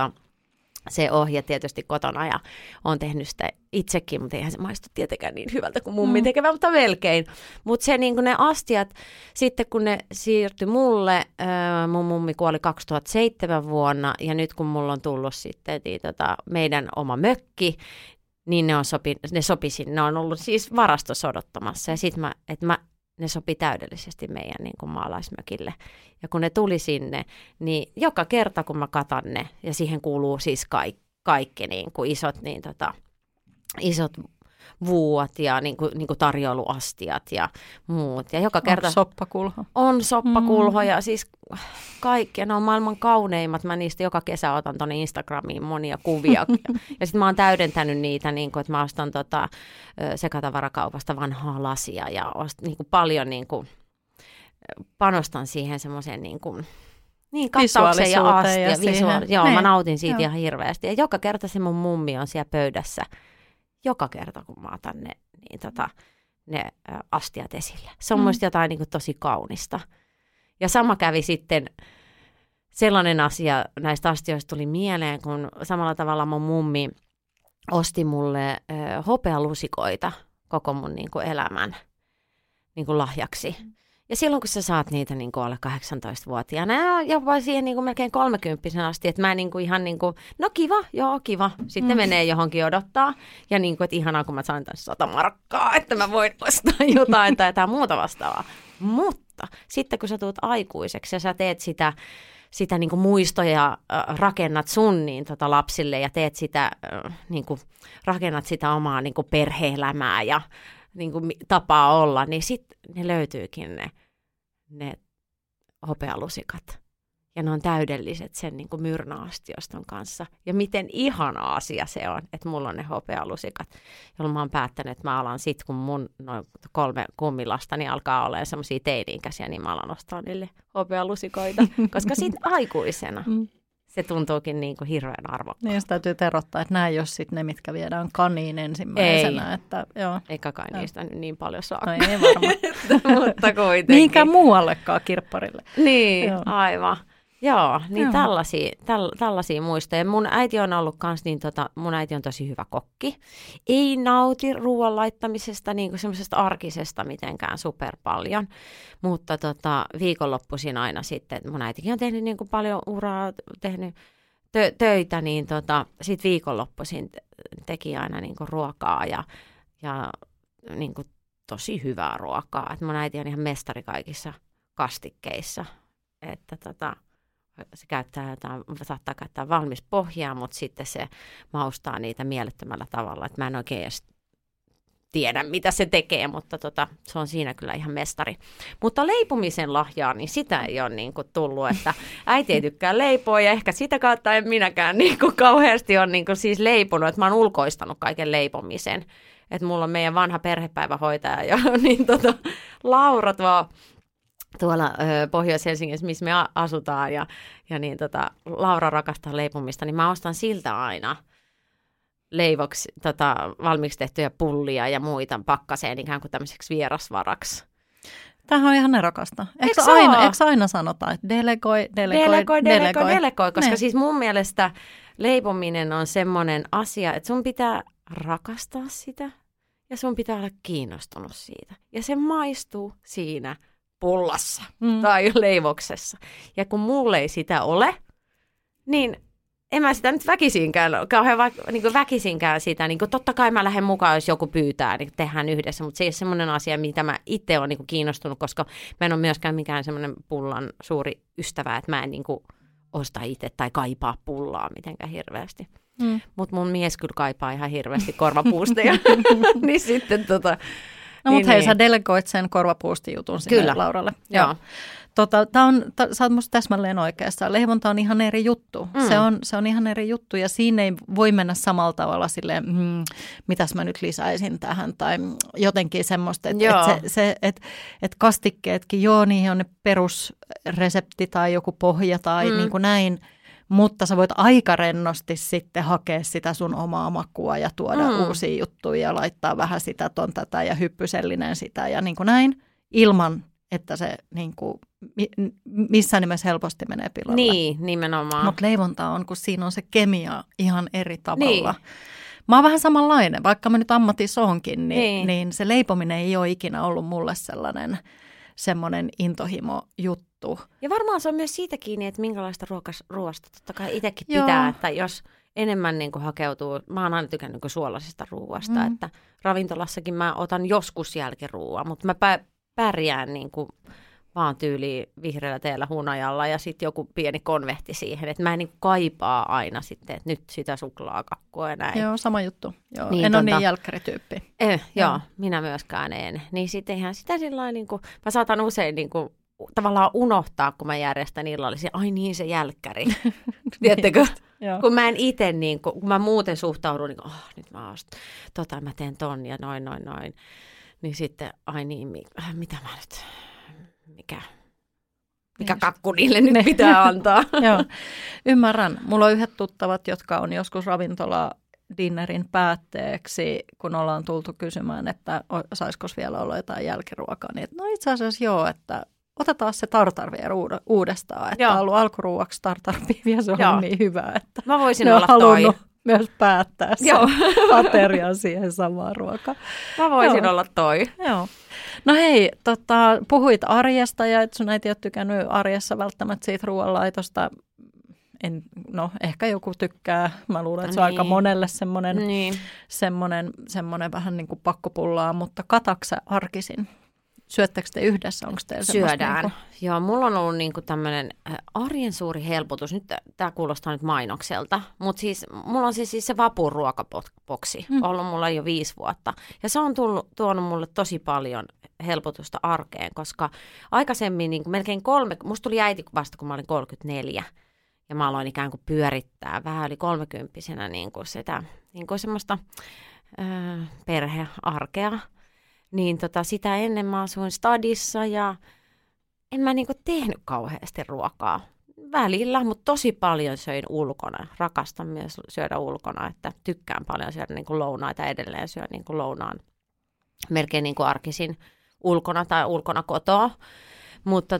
se ohje tietysti kotona ja olen tehnyt sitä itsekin, mutta eihän se maistu tietenkään niin hyvältä kuin mummi tekevä, mutta melkein. Mutta se ne astiat, sitten kun ne siirtyi mulle, mun mummi kuoli 2007 vuonna ja nyt kun mulla on tullut sitten meidän oma mökki, niin ne sopi sinne. Ne on ollut siis varastossa odottamassa ja sitten mä ne sopi täydellisesti meidän niin kuin maalaismökille. Ja kun ne tuli sinne, niin joka kerta kun mä katan ne, ja siihen kuuluu siis kaikki niin kuin isot vuot ja niin kuin tarjoiluastiat ja muut. Ja joka kerta soppakulho? On soppakulho ja siis kaikki. Ja ne on maailman kauneimmat. Mä niistä joka kesä otan tuonne Instagramiin monia kuvia. Ja sitten mä oon täydentänyt niitä, niin kuin, että mä ostan sekatavarakaupasta vanhaa lasia ja niin kuin paljon niin kuin, panostan siihen semmoiseen niin kattaukseen ja astia. Joo, mä nautin siitä ihan hirveästi. Ja joka kerta se mun mummi on siellä pöydässä. Joka kerta, kun mä otan ne astiat esille. Se on muista jotain niin kuin tosi kaunista. Ja sama kävi sitten, sellainen asia näistä astioista tuli mieleen, kun samalla tavalla mun mummi osti mulle hopealusikoita koko mun niin kuin elämän niin kuin lahjaksi. Ja silloin, kun sä saat niitä niin kuin alle 18-vuotiaana ja jopa siihen niin kuin melkein 30 asti, että mä niin kuin ihan niin kuin, no kiva, joo kiva. Sitten menee johonkin odottaa. Ja niin kuin, että ihanaa, kun mä saan tämän 100 markkaa, että mä voin ostaa jotain tai jotain muuta vastaavaa. Mutta sitten kun sä tulet aikuiseksi ja sä teet sitä niin kuin muistoja, rakennat sun niin lapsille ja teet sitä, niin kuin, rakennat sitä omaa niin kuin perhe-elämää ja niin kuin tapaa olla, niin sitten ne löytyykin ne hopealusikat. Ja ne on täydelliset sen niin kuin myrna-astioston kanssa. Ja miten ihana asia se on, että mulla on ne hopealusikat, jolloin mä oon päättänyt, että mä alan sit, kun mun noin 3 kummilastani alkaa olemaan semmoisia teini-ikäisiä, niin mä alan ostaa niille hopealusikoita. Koska sit aikuisena se tuntuukin niin kuin hirveän arvokkaan. Niin, täytyy terottaa, että nämä ei ole sitten ne, mitkä viedään kaniin ensimmäisenä. Ei, että, joo. Eikä kai niistä nyt niin paljon saa. No ei varmaan. Mutta kuitenkin. Mihinkään muuallekaan kirpparille. Niin, joo. Aivan. Joo, niin tällaisia muistoja. Mun äiti on ollut kans, niin mun äiti on tosi hyvä kokki. Ei nauti ruoan laittamisesta niin kuin semmoisesta arkisesta mitenkään super paljon. Mutta viikonloppuisin aina sitten, mun äitikin on tehnyt niin kuin paljon uraa, tehnyt töitä, niin sit viikonloppuisin teki aina niin kuin ruokaa ja niin kuin tosi hyvää ruokaa. Et mun äiti on ihan mestari kaikissa kastikkeissa, että se saattaa käyttää valmis pohjaa, mutta sitten se maustaa niitä mielettömällä tavalla. Että mä en oikein edes tiedä, mitä se tekee, mutta se on siinä kyllä ihan mestari. Mutta leipomisen lahjaa, niin sitä ei ole niin kuin tullut, että äiti ei tykkää leipoa ja ehkä sitä kautta en minäkään niin kuin kauheasti ole niin kuin siis leiponut, että mä oon ulkoistanut kaiken leipomisen. Että mulla on meidän vanha perhepäivähoitaja jo, niin Laura tuolla Pohjois-Helsingissä, missä me asutaan, ja niin Laura rakastaa leipomista, niin mä ostan siltä aina leivoksi valmiiksi tehtyjä pullia ja muita pakkaseen ikään kuin tämmöiseksi vierasvaraksi. Tämähän on ihan nerokasta. Eikö aina sanota, että delegoi, koska ne. Siis mun mielestä leipominen on semmoinen asia, että sun pitää rakastaa sitä ja sun pitää olla kiinnostunut siitä. Ja se maistuu siinä pullassa tai leivoksessa. Ja kun mulle ei sitä ole, niin en mä sitä nyt väkisinkään sitä. Niin totta kai mä lähden mukaan, jos joku pyytää, niin tehdään yhdessä. Mutta se ei ole semmoinen asia, mitä mä itse olen niin kiinnostunut, koska mä en ole myöskään mikään semmoinen pullan suuri ystävä, että mä en niin osta itse tai kaipaa pullaa mitenkään hirveästi. Mutta mun mies kyllä kaipaa ihan hirveästi korvapuusteja. Niin sitten No mutta hei, sä delegoit sen korvapuustijutun sinne Lauralle. Joo. Sä oot musta täsmälleen oikeassa. Leivonta on ihan eri juttu. Se on ihan eri juttu ja siinä ei voi mennä samalla tavalla silleen, mitäs mä nyt lisäisin tähän tai jotenkin semmoista, että kastikkeetkin, niihin on ne perusresepti tai joku pohja tai niin kuin näin. Mutta sä voit aika rennosti sitten hakea sitä sun omaa makua ja tuoda uusia juttuja ja laittaa vähän sitä tätä ja hyppysellinen sitä ja niin kuin näin, ilman että se niin kuin, missään nimessä helposti menee pilalle. Niin, nimenomaan. Mutta leivonta on, kun siinä on se kemia ihan eri tavalla. Niin. Mä oon vähän samanlainen, vaikka mä nyt ammatissa onkin, niin se leipominen ei ole ikinä ollut mulle semmoinen intohimo juttu. Ja varmaan se on myös siitä kiinni, että minkälaista ruoasta totta kai itsekin pitää, että jos enemmän niin kuin hakeutuu, mä oon aina tykännyt niin suolaisesta ruoasta, että ravintolassakin mä otan joskus jälkiruoaa, mutta mä pärjään niin kuin vaan tyyliin vihreällä teellä hunajalla ja sitten joku pieni konvehti siihen, että mä en niin kaipaa aina sitten, että nyt sitä suklaakakkua ja näin. Joo, sama juttu. Joo, Niin, en ole niin jälkkärityyppi. Joo, minä myöskään en. Niin sitten ihan sitä sillain, niin kuin, mä saatan usein niin kuin, tavallaan unohtaa, kun mä järjestän illallisia, ai niin se jälkkäri. Tiedättekö? Kun mä en itse, niin kun mä muuten suhtaudun, niin kuin, nyt mä teen ton ja noin. Niin sitten, ai niin, mitä mä nyt... Mikä kakku niille nyt pitää antaa. Joo, ymmärrän. Mulla on yhdet tuttavat, jotka on joskus ravintola-dinnerin päätteeksi, kun ollaan tultu kysymään, että saisiko vielä olla jotain jälkiruokaa. Niin, että no itse asiassa joo, että otetaan se tartarvier uudestaan. Että on ollut alkuruuaksi tartarviiviä, se on niin hyvä, että mä voisin olla toi. Myös päättää sen aterian siihen samaan ruokaan. Mä voisin olla toi. Joo. No hei, puhuit arjesta ja et sun äiti ole tykännyt arjessa välttämättä siitä ruoanlaitosta. Ehkä joku tykkää. Mä luulen, että se on aika monelle semmoinen vähän niin kuin pakkopullaa, mutta kataksä arkisin? Syöttekö te yhdessä? Onko teillä syödään. Niin kuin... Joo, mulla on ollut niin kuin tämmöinen arjen suuri helpotus. Nyt tämä kuulostaa nyt mainokselta, mutta siis mulla on siis se Vapun ruokaboksi ollut mulla jo 5 vuotta. Ja se on tuonut mulle tosi paljon helpotusta arkeen, koska aikaisemmin niin kuin melkein musta tuli äiti vasta kun mä olin 34. Ja mä aloin ikään kuin pyörittää vähän yli 30-vuotiaana niin kuin sitä niin kuin semmoista perhearkea. Niin sitä ennen mä asuin stadissa ja en mä niinku tehnyt kauheasti ruokaa. Välillä, mutta tosi paljon söin ulkona. Rakastan myös syödä ulkona, että tykkään paljon syödä niinku lounaita edelleen syö niinku lounaan. Melkein niinku arkisin ulkona tai ulkona kotoa. Mutta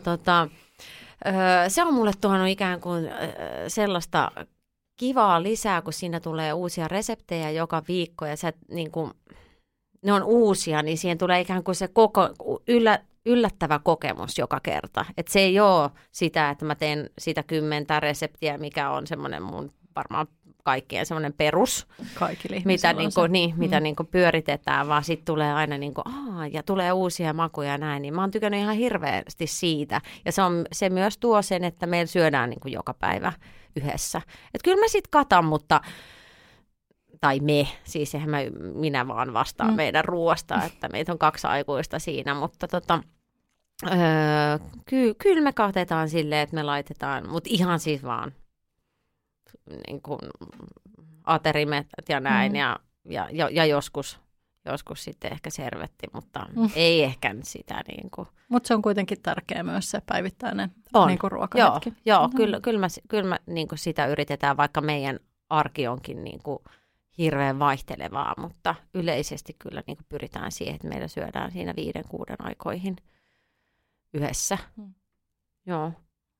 se on mulle tuonut ikään kuin sellaista kivaa lisää, kun siinä tulee uusia reseptejä joka viikko ja sä niinku... Ne on uusia, niin siihen tulee ikään kuin se yllättävä kokemus joka kerta. Että se ei ole sitä, että mä teen sitä 10 reseptiä, mikä on semmoinen mun varmaan kaikkien semmoinen perus, mitä niinku pyöritetään, vaan sitten tulee aina niinku, ja tulee uusia makuja ja näin. Niin mä oon tykännyt ihan hirveästi siitä. Ja se myös tuo sen, että meillä syödään niinku joka päivä yhdessä. Että kyllä mä sitten katan, mutta... Tai siis eihän minä vaan vastaan meidän ruoasta, että meitä on 2 aikuista siinä, mutta kyllä me katetaan silleen, että me laitetaan, mutta ihan siis vaan niin kuin aterimet ja näin ja joskus sitten ehkä servetti, mutta ei ehkä sitä niin kuin. Mutta se on kuitenkin tärkeä myös se päivittäinen niin kuin ruokahetki. Joo, kyllä mä niin kuin sitä yritetään, vaikka meidän arki onkin niin kuin hirveän vaihtelevaa, mutta yleisesti kyllä niin kuin pyritään siihen, että meillä syödään siinä 5-6 aikoihin yhdessä. Joo.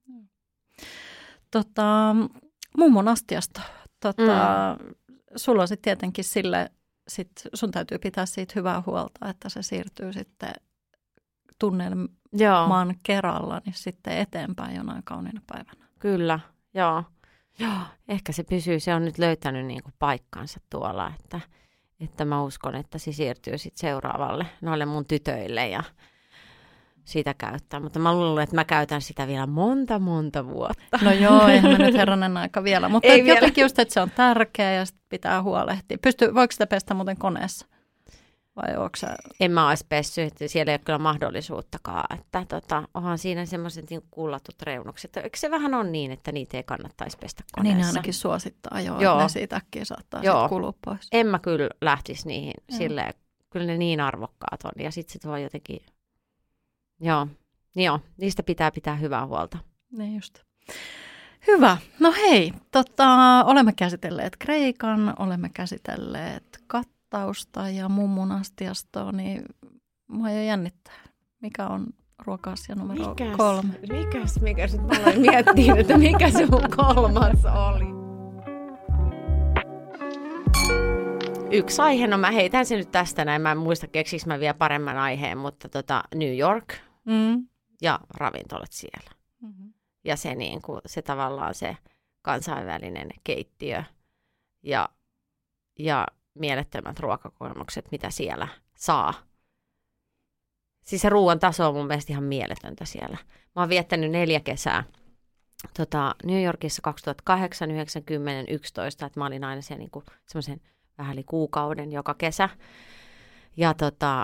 Mummon astiasta. Sulla on sitten tietenkin sun täytyy pitää siitä hyvää huolta, että se siirtyy sitten tunnelmaan kerralla niin sitten eteenpäin jonain kauniina päivänä. Kyllä, joo. Joo, ehkä se pysyy. Se on nyt löytänyt niin kuin paikkansa tuolla, että mä uskon, että se siirtyy sitten seuraavalle noille mun tytöille ja sitä käyttää. Mutta mä luulen, että mä käytän sitä vielä monta vuotta. No joo, eihän mä nyt herranen aika vielä. Mutta jotenkin just, että se on tärkeä ja sit pitää huolehtia. Voiko sitä pestä muuten koneessa? Vai onko sä... En mä olisi pessyt, että siellä ei ole kyllä mahdollisuuttakaan. Että onhan siinä semmoiset niin kullatut reunukset. Eikö se vähän on niin, että niitä ei kannattaisi pestä koneessa? Niin ainakin suosittaa, joo. Ne siitä äkkiä saattaa sitten kulua pois. En mä kyllä lähtisi niihin silleen. Kyllä ne niin arvokkaat on. Ja sitten se voi jotenkin... Joo, niistä pitää hyvää huolta. Niin just. Hyvä. No hei, olemme käsitelleet Kreikan, olemme käsitelleet kattausta ja mummun astiastoa, niin mua jo jännittää. Mikä on ruoka-asia numero 3? Mikäs nyt mä aloin miettiä, että mikä se mun 3 oli? Yksi aihe, no mä heitän se nyt tästä näin, mä en muista keksikö mä vielä paremman aiheen, mutta New York ja ravintolat siellä. Mm-hmm. Ja se, niin kuin, se tavallaan se kansainvälinen keittiö ja mielettömät ruokakokemukset, mitä siellä saa. Siis se ruoan taso on mun mielestä ihan mieletöntä siellä. Mä oon viettänyt 4 kesää New Yorkissa 2008, 9, 10, 11, että mä olin aina siellä niinku semmoisen vähän yli kuukauden joka kesä. Ja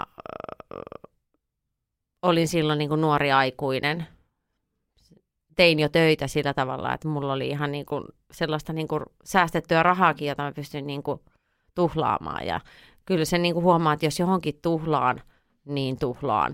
olin silloin niinku nuori aikuinen. Tein jo töitä sillä tavalla, että mulla oli ihan niinku sellaista niinku säästettyä rahaakin, jota mä pystyin niinku tuhlaamaan. Ja kyllä se niinku huomaa, että jos johonkin tuhlaan, niin tuhlaan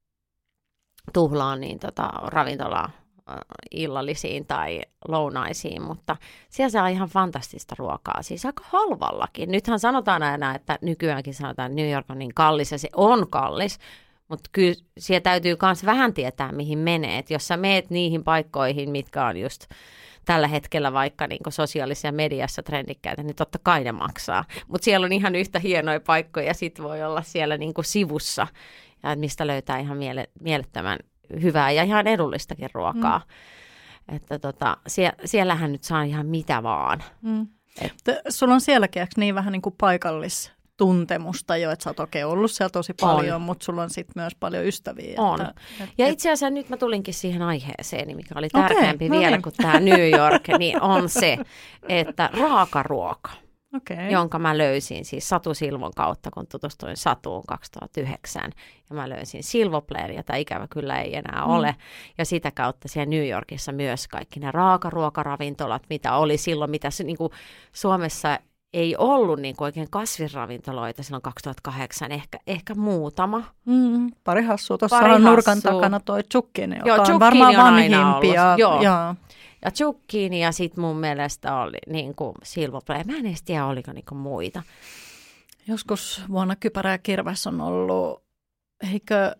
niin ravintolaa illallisiin tai lounaisiin, mutta siellä saa ihan fantastista ruokaa, siis aika halvallakin. Nythän sanotaan aina, että nykyäänkin sanotaan, että New York on niin kallis ja se on kallis, mutta kyllä siellä täytyy myös vähän tietää, mihin menee. Et jos sä meet niihin paikkoihin, mitkä on just tällä hetkellä vaikka niin sosiaalisessa mediassa trendikkäitä, niin totta kai ne maksaa. Mutta siellä on ihan yhtä hienoja paikkoja ja sit voi olla siellä niin sivussa, ja mistä löytää ihan mielettömän hyvää ja ihan edullistakin ruokaa. Että siellähän nyt saa ihan mitä vaan. Sulla on sielläkin niin vähän niin kuin paikallistuntemusta jo, että sä oot okei ollut siellä tosi paljon, mutta sulla on sitten myös paljon ystäviä. On. Ja itse asiassa nyt mä tulinkin siihen aiheeseen, mikä oli tärkeämpi vielä kuin tämä New York, niin on se, että raakaruoka. Jonka mä löysin siis Satu Silvon kautta, kun tutustuin Satuun 2009. Ja mä löysin Silvoplayn, jota ikävä kyllä ei enää ole. Ja sitä kautta siellä New Yorkissa myös kaikki ne raakaruokaravintolat, mitä oli silloin, mitä se, niin kuin Suomessa ei ollut niin kuin oikein kasvisravintoloita silloin 2008, ehkä muutama. Pari hassua. Tuossahan nurkan takana toi Zucchini, joka on varmaan vanhimpia. Ja Zucchini ja sitten mun mielestä oli niin kuin Silvoplay. Mä en edes tiedä, oliko niin kuin muita. Joskus vuonna Kypärä ja Kirves on ollut, eikö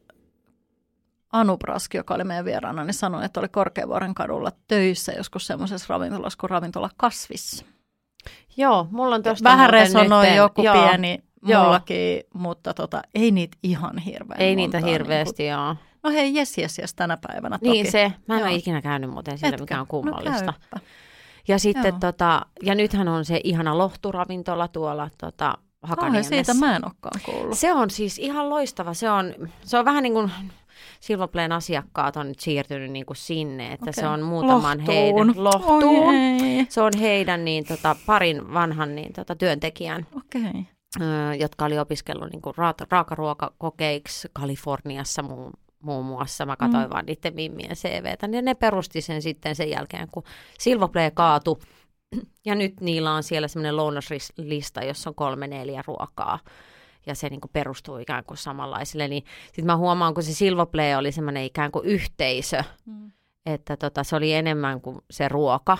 Anu Brask, joka oli meidän vieraana, niin sanoi, että oli Korkeavuoren kadulla töissä joskus semmoisessa ravintolassa kuin ravintola Kasvis. Joo, mulla on tuosta vähän resonoi joku pieni mullakin, mutta ei niitä ihan hirveän ei niitä hirveästi, niin kuin, joo. No hei, jes tänä päivänä toki. Niin se, mä en ole ikinä käynyt muuten siellä, mikä on kummallista. No ja sitten ja nythän on se ihana lohturavintola tuolla Hakaniemessä. Siitä mä en olekaan kuullut. Se on siis ihan loistava, se on vähän niin kuin Silvoplayn asiakkaat on nyt siirtynyt niin kuin sinne, että se on muutaman Lohtuun. Se on heidän niin, parin vanhan niin, työntekijän. Jotka oli opiskellut niin kuin raakaruokakokeiksi Kaliforniassa muun muassa. Mä katsoin vaan niiden mimmien CVtä. Ja ne perusti sen sitten sen jälkeen, kun Silvoplay kaatui. Ja nyt niillä on siellä semmoinen lounaslista, jossa on 3-4 ruokaa. Ja se niin kuin perustuu ikään kuin samanlaiselle. Niin sitten mä huomaan, kun se Silvoplay oli semmoinen ikään kuin yhteisö, että se oli enemmän kuin se ruoka.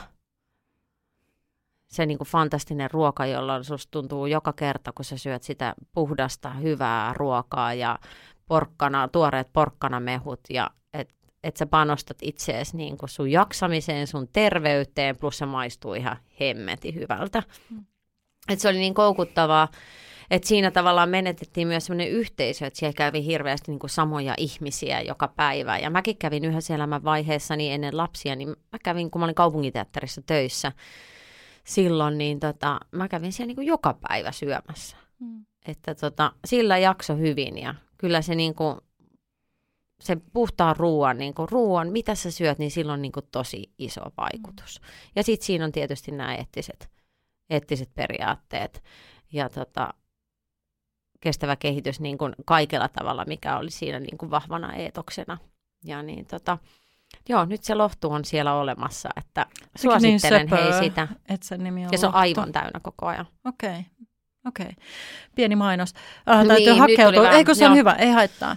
Se niin kuin fantastinen ruoka, jolla susta tuntuu joka kerta, kun sä syöt sitä puhdasta, hyvää ruokaa ja tuoreet porkkanamehut ja että sä panostat itseesi niin kuin sun jaksamiseen, sun terveyteen, plus se maistuu ihan hemmetin hyvältä. Että se oli niin koukuttavaa, että siinä tavallaan menetettiin myös sellainen yhteisö, että siellä kävi hirveästi niin kuin samoja ihmisiä joka päivä. Ja mäkin kävin yhdessä elämän vaiheessa niin ennen lapsia, niin mä kävin, kun mä olin kaupunginteatterissa töissä silloin, niin mä kävin siellä niin kuin joka päivä syömässä. Että sillä jakso hyvin ja kyllä se niin kuin se puhtaan ruoan, mitä sä syöt, niin sillä on niin kuin tosi iso vaikutus. Ja sitten siinä on tietysti nämä eettiset periaatteet ja kestävä kehitys niin kuin kaikella tavalla, mikä oli siinä niin kuin vahvana eetoksena. Ja niin nyt se lohtu on siellä olemassa, että suosittelen niin sitä. Että sen nimi on ja se on aivan täynnä koko ajan. Okei. Pieni mainos. Täytyy hakeutua. Eikö se on hyvä? Ei haittaa.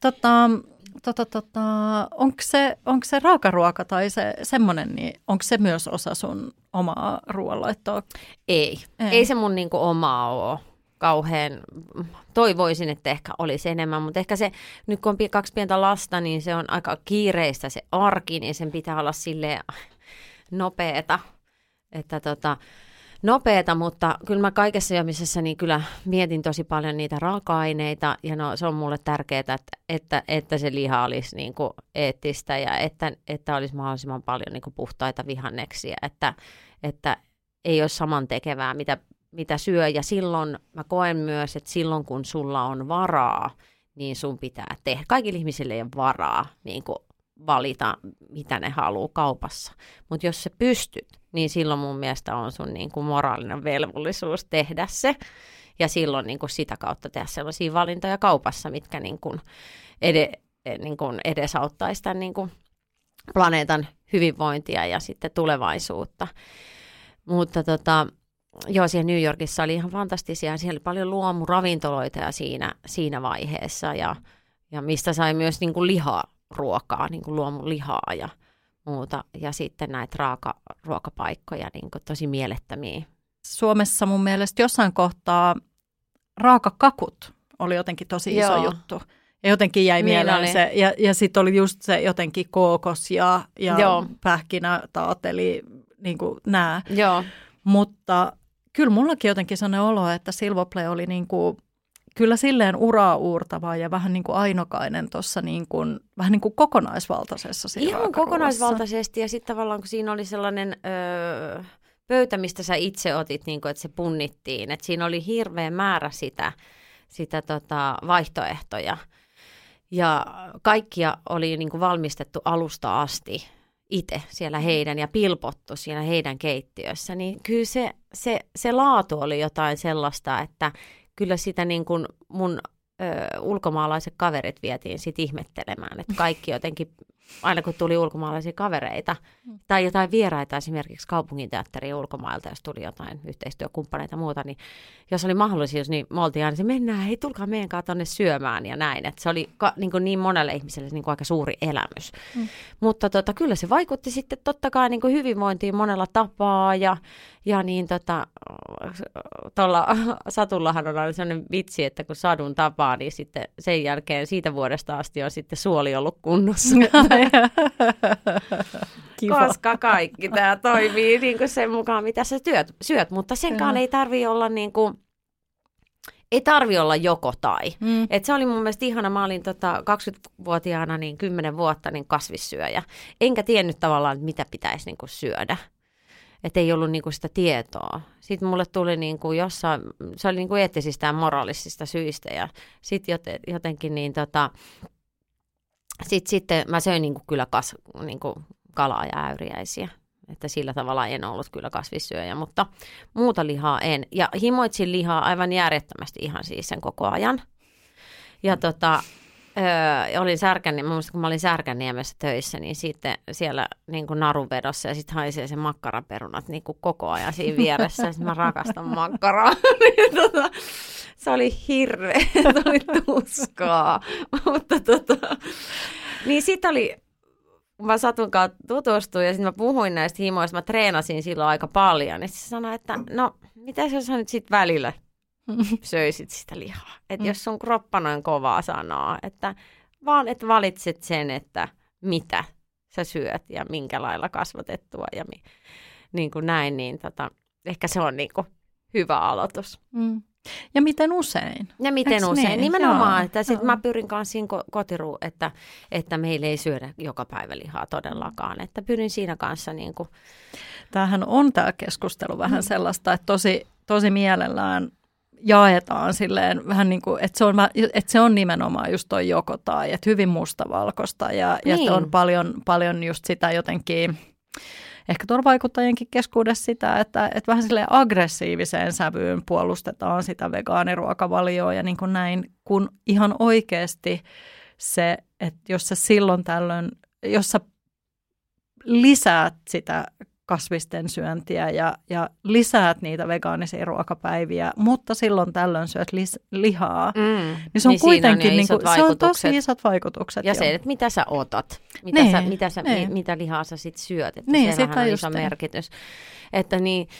Onko se raakaruoka tai se semmoinen, niin onko se myös osa sun omaa ruoanlaittoa? Ei se mun niinku omaa ole. Kauhean toivoisin, että ehkä olisi enemmän, mutta ehkä se, nyt kun on 2 pientä lasta, niin se on aika kiireistä se arki, niin sen pitää olla silleen nopeeta, mutta kyllä mä kaikessa syömisessä niin kyllä mietin tosi paljon niitä raaka-aineita ja se on mulle tärkeää, että se liha olisi niin kuin eettistä ja että olisi mahdollisimman paljon niin kuin puhtaita vihanneksia, että ei ole samantekevää, mitä syö ja silloin mä koen myös, että silloin kun sulla on varaa, niin sun pitää tehdä. Kaikille ihmisille ei ole varaa niin kuin valita, mitä ne haluaa kaupassa. Mutta jos sä pystyt, niin silloin mun mielestä on sun niin kuin moraalinen velvollisuus tehdä se. Ja silloin niin kuin sitä kautta tehdä sellaisia valintoja kaupassa, mitkä niin kuin edesauttaisi tämän niin kuin planeetan hyvinvointia ja sitten tulevaisuutta. Mutta joo, siellä New Yorkissa oli ihan fantastisia. Siellä oli paljon luomuravintoloita ja siinä vaiheessa. Ja mistä sai myös niin kuin liharuokaa, niin kuin luomulihaa ja muuta. Ja sitten näitä ruokapaikkoja, niin kuin tosi mielettömiä. Suomessa mun mielestä jossain kohtaa raakakakut oli jotenkin tosi iso juttu. Ja jotenkin jäi mieleen se. Ja sitten oli just se jotenkin kookos ja pähkinätaat, eli niin kuin nämä. Joo. Mutta kyllä mullakin jotenkin sellainen olo, että Silvoplay oli niin kuin, kyllä silleen uraa uurtava ja vähän niin kuin ainokainen tuossa niin kuin, vähän niin kuin kokonaisvaltaisessa ihan kokonaisvaltaisesti ja sitten tavallaan kun siinä oli sellainen pöytä, mistä sä itse otit, niin kuin, että se punnittiin, että siinä oli hirveä määrä sitä vaihtoehtoja ja kaikkia oli niin kuin valmistettu alusta asti itse siellä heidän ja pilpottu siellä heidän keittiössä, niin kyllä se laatu oli jotain sellaista, että kyllä sitä niin kuin mun ulkomaalaiset kaverit vietiin sit ihmettelemään, että kaikki jotenkin, aina kun tuli ulkomaalaisia kavereita tai jotain vieraita esimerkiksi kaupunginteatteriin ulkomailta, jos tuli jotain yhteistyökumppaneita ja muuta, niin jos oli mahdollisuus, niin me oltiin aina se, mennään, hei tulkaa meidän kanssa tonne syömään ja näin, että se oli niin monelle ihmiselle niin kuin aika suuri elämys. Mutta kyllä se vaikutti sitten totta kai niin kuin hyvinvointiin monella tapaa ja niin tuolla Satullahan on aina sellainen vitsi, että kun sadun tapaa, niin sitten sen jälkeen siitä vuodesta asti on sitten suoli ollut kunnossa. Kiva. Koska kaikki tämä toimii niin kuin sen mukaan, mitä sä syöt, mutta senkaan ei tarvitse olla niin kuin, ei tarvi olla joko tai. Et se oli mun mielestä ihana. Mä olin 20-vuotiaana niin 10 vuotta niin kasvissyöjä. Enkä tiennyt tavallaan, että mitä pitäisi niin kuin syödä. Että ei ollut niin kuin sitä tietoa. Sitten mulle tuli niin kuin jossain, se oli niin kuin eettisistä ja moraalisista syistä. Ja sitten jotenkin niin sitten mä söin niin kuin kyllä niin kuin kalaa ja äyriäisiä. Että sillä tavalla en ollut kyllä kasvissyöjä, mutta muuta lihaa en. Ja himoitsin lihaa aivan järjettömästi ihan siis sen koko ajan. Ja olin kun mä olin Särkänniemessä töissä, niin sitten siellä niin kuin narunvedossa ja sitten haisee se makkaraperunat niin kuin koko ajan siinä vieressä. Ja sitten mä rakastan makkaraa. Se oli hirveä, se oli tuskaa. Mutta niin sitten oli, kun mä Satunkaan tutustuin ja sitten mä puhuin näistä himoista, mä treenasin silloin aika paljon. Niin se sanoi, että no, mitä jos sä nyt sitten välillä söisit sitä lihaa? Että jos sun kroppa noin kovaa sanoo, että vaan et valitset sen, että mitä sä syöt ja minkä lailla kasvatettua ja niin kuin näin, niin ehkä se on niin kuin hyvä aloitus. Ja miten usein? Ja miten usein, nimenomaan, että sitten mä pyrin kanssa siinä että meillä ei syödä joka päivä lihaa todellakaan, että pyrin siinä kanssa niin kuin. Tämähän on tämä keskustelu vähän sellaista, että tosi mielellään jaetaan silleen vähän niin kuin, että se on nimenomaan just toi joko tai, että hyvin mustavalkoista ja että on paljon just sitä jotenkin, ehkä tuolla vaikuttajienkin keskuudessa sitä, että vähän silleen aggressiiviseen sävyyn puolustetaan sitä vegaaniruokavalioa ja niin kuin näin, kun ihan oikeasti se, että jos sä silloin tällöin, jos sä lisäät sitä kasvisten syöntiä ja lisäät niitä vegaanisia ruokapäiviä, mutta silloin tällöin syöt lihaa, niin se on niin kuitenkin niin kuin, se on tosi isot vaikutukset. Ja se, että mitä sä otat, mitä lihaa sä sit syöt, että sehän on iso merkitys. Että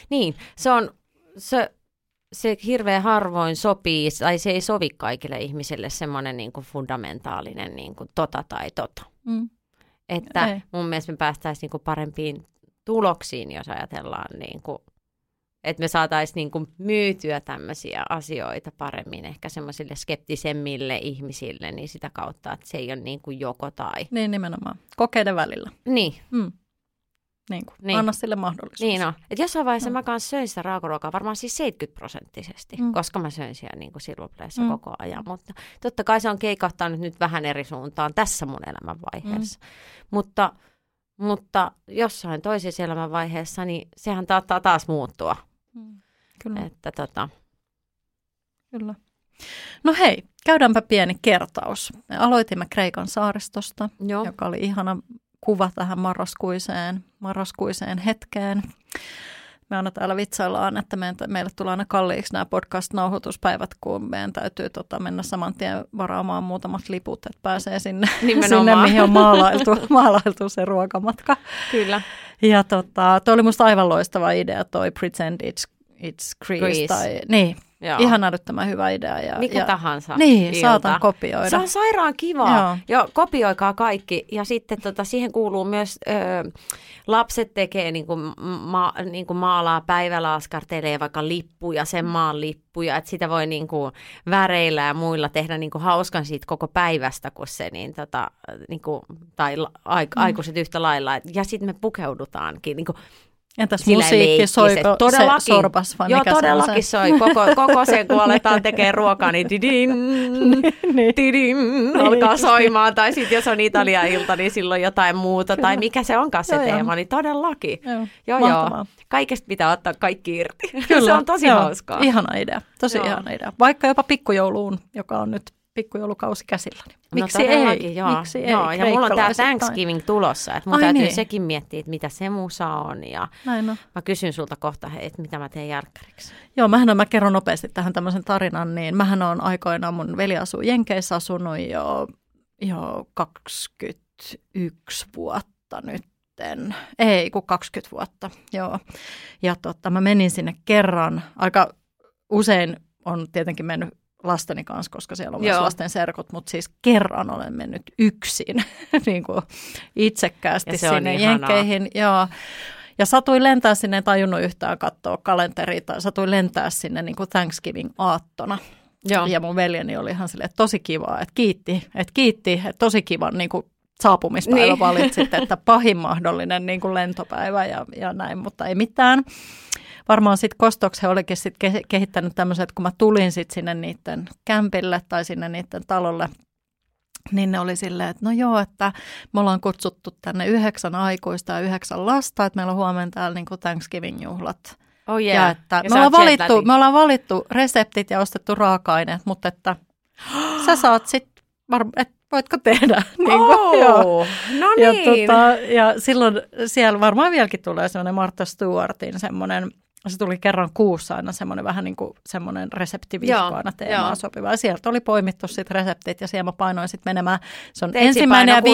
se hirveän harvoin sopii, tai se ei sovi kaikille ihmisille semmoinen niin kuin fundamentaalinen niin kuin tai tota. Että mun mielestä me päästäisiin niin kuin parempiin tuloksiin, jos ajatellaan, niin kuin, että me saataisiin niin kuin myytyä tämmöisiä asioita paremmin ehkä semmoisille skeptisemmille ihmisille, niin sitä kautta, että se ei ole niin kuin joko tai. Niin nimenomaan, kokeiden välillä. Niin. Niin. Anna sille mahdollisuus. Niin on. Et jossain vaiheessa mä kanssa söin sitä raakaruokaa varmaan siis 70%, koska mä söin siellä niin kuin silvopleissa koko ajan. Mutta totta kai se on keikahtanut nyt vähän eri suuntaan tässä mun elämänvaiheessa. Mutta jossain toisessa elämänvaiheessa, niin sehän taattaa taas muuttua. Kyllä. Että Kyllä. No hei, käydäänpä pieni kertaus. Me aloitimme Kreikan saaristosta, joka oli ihana kuva tähän marraskuiseen hetkeen. Me aina täällä vitsaillaan, että meille tulee aina kalliiksi nämä podcast-nauhoituspäivät, kun meidän täytyy mennä saman tien varaamaan muutamat liput, että pääsee sinne mihin on maalailtu se ruokamatka. Kyllä. Ja toi oli musta aivan loistava idea, toi Pretend It's Greece. Niin. Joo. Ihan älyttömän hyvä idea. Mikä tahansa. Niin, saatan kopioida. Se on sairaan kivaa. Joo, kopioikaa kaikki. Ja sitten siihen kuuluu myös, lapset tekee niin kuin maalaa päivällä, askartelee vaikka lippuja, sen maan lippuja. Että sitä voi niin kuin väreillä ja muilla tehdä niin kuin hauskan siitä koko päivästä, kun se tai aikuiset yhtä lailla. Ja sitten me pukeudutaankin niin kuin entäs musiikki, soiko se sorpas vai mikä todellakin soi. Koko sen, kun aletaan tekemään ruokaa, niin alkaa soimaan. Tai sitten jos on Italia-ilta, niin silloin jotain muuta. Tai mikä se onkaan se teema, niin todellakin. Joo. Kaikesta pitää ottaa kaikki irti. Kyllä, se on tosi hauskaa. Ihana idea, tosi ihana idea. Vaikka jopa pikkujouluun, joka on nyt pikkujoulukausi käsillä. Miksi ei? Miksi ei? Joo, ja mulla on tämä Thanksgiving tulossa, että mun täytyy sekin miettiä, että mitä se musa on. Ja mä kysyn sulta kohta, että mitä mä teen jälkkäriksi. Joo, mä kerron nopeasti tähän tämmöisen tarinan, niin mähän on aikoinaan, mun veli asuu Jenkeissä, asunut jo 21 vuotta nytten. Ei, kun 20 vuotta, joo. Ja mä menin sinne kerran, aika usein on tietenkin mennyt lasteni kanssa, koska siellä on myös lasten serkut, mutta siis kerran olen mennyt yksin niin kuin itsekkäästi sinne Jenkkeihin. Ja satuin lentää sinne, en tajunnut yhtään katsoa kalenteria, tai satuin lentää sinne niin kuin Thanksgiving-aattona. Joo. Ja mun veljeni oli ihan silleen, että tosi kiva, että kiitti, että tosi kivan niin kuin saapumispäivä valitsit, että pahin mahdollinen niin kuin lentopäivä ja näin, mutta ei mitään. Varmaan sitten Kostoks he olikin sitten kehittänyt tämmöiset, että kun mä tulin sitten sinne niiden kämpille tai sinne niiden talolle, niin ne oli silleen, että no joo, että me ollaan kutsuttu tänne 9 aikuista ja 9 lasta, että meillä on huomenna täällä niin kuin Thanksgiving-juhlat. Oh yeah. Ja että me ollaan valittu reseptit ja ostettu raaka-aineet, mutta että sä saat sitten, että voitko tehdä? Joo. No niin. Ja silloin siellä varmaan vieläkin tulee semmoinen Martha Stewartin semmoinen, se tuli kerran kuussa aina semmoinen vähän niin kuin semmoinen reseptivihko aina teemaan sopiva. Ja sieltä oli poimittu sitten reseptit ja siellä mä painoin sitten menemään. Se on ensimmäinen ja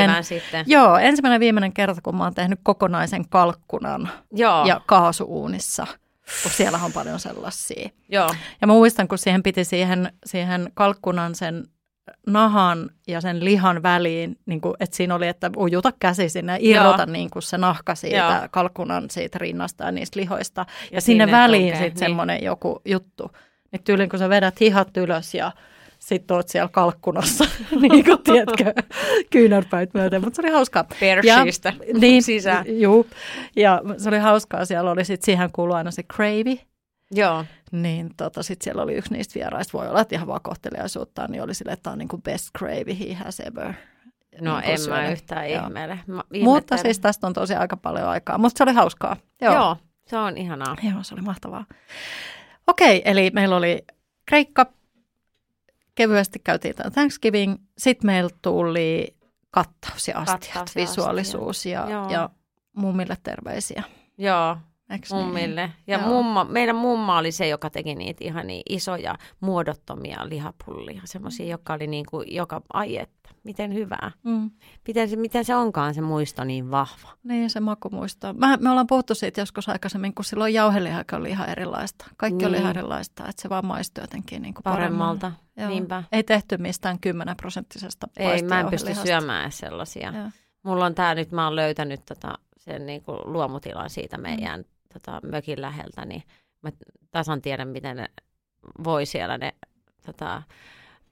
viimeinen kerta, kun mä oon tehnyt kokonaisen kalkkunan ja kaasuuunissa. Kun siellä on paljon sellaisia. Joo. Ja mä muistan, kun siihen piti siihen kalkkunan sen nahan ja sen lihan väliin, niin kuin, että siinä oli, että ujuta käsi sinne ja irrota niin kuin se nahka siitä kalkkunan siitä rinnasta ja niistä lihoista. Ja sinne väliin sitten semmoinen joku juttu. Niin tyyliin, kun sä vedät hihat ylös ja sitten oot siellä kalkkunassa, niin kuin tiedätkö, kyynärpäät myöten. Mutta se oli hauskaa. Persistä sisään. Juu. Ja se oli hauskaa. Siellä oli sitten, siihen kuului aina se gravy. Joo. Niin sitten siellä oli yksi niistä vieraista, voi olla, että ihan vaan kohteliaisuuttaan, niin oli silleen, että tämä on niin kuin best gravy he has ever. No niin en mä yhtään ihmeelle. Mutta siis tästä on tosi aika paljon aikaa, mutta se oli hauskaa. Joo, se on ihanaa. Joo, se oli mahtavaa. Okei, eli meillä oli Kreikka, kevyesti käytiin tämä Thanksgiving, sitten meillä tuli kattaus ja astiat, visuaalisuus ja mummille terveisiä. Joo. Mummille. Ja meidän mumma oli se, joka teki niitä ihan niin isoja muodottomia lihapullia. Semmoisia, jotka oli niin kuin ai että, miten hyvää. Miten se onkaan se muisto niin vahva. Niin, se makumuisto. Me ollaan puhuttu siitä joskus aikaisemmin, kun silloin jauheliha oli ihan erilaista. Kaikki oli ihan erilaista, että se vaan maistui jotenkin niin kuin paremmalta. Niinpä. Ei tehty mistään 10% Ei, mä en pysty syömään sellaisia. Mulla on tää nyt, mä oon löytänyt sen niin kuin luomutilan siitä meidän mökin läheltä, niin mä tasan tiedän, miten ne voi siellä ne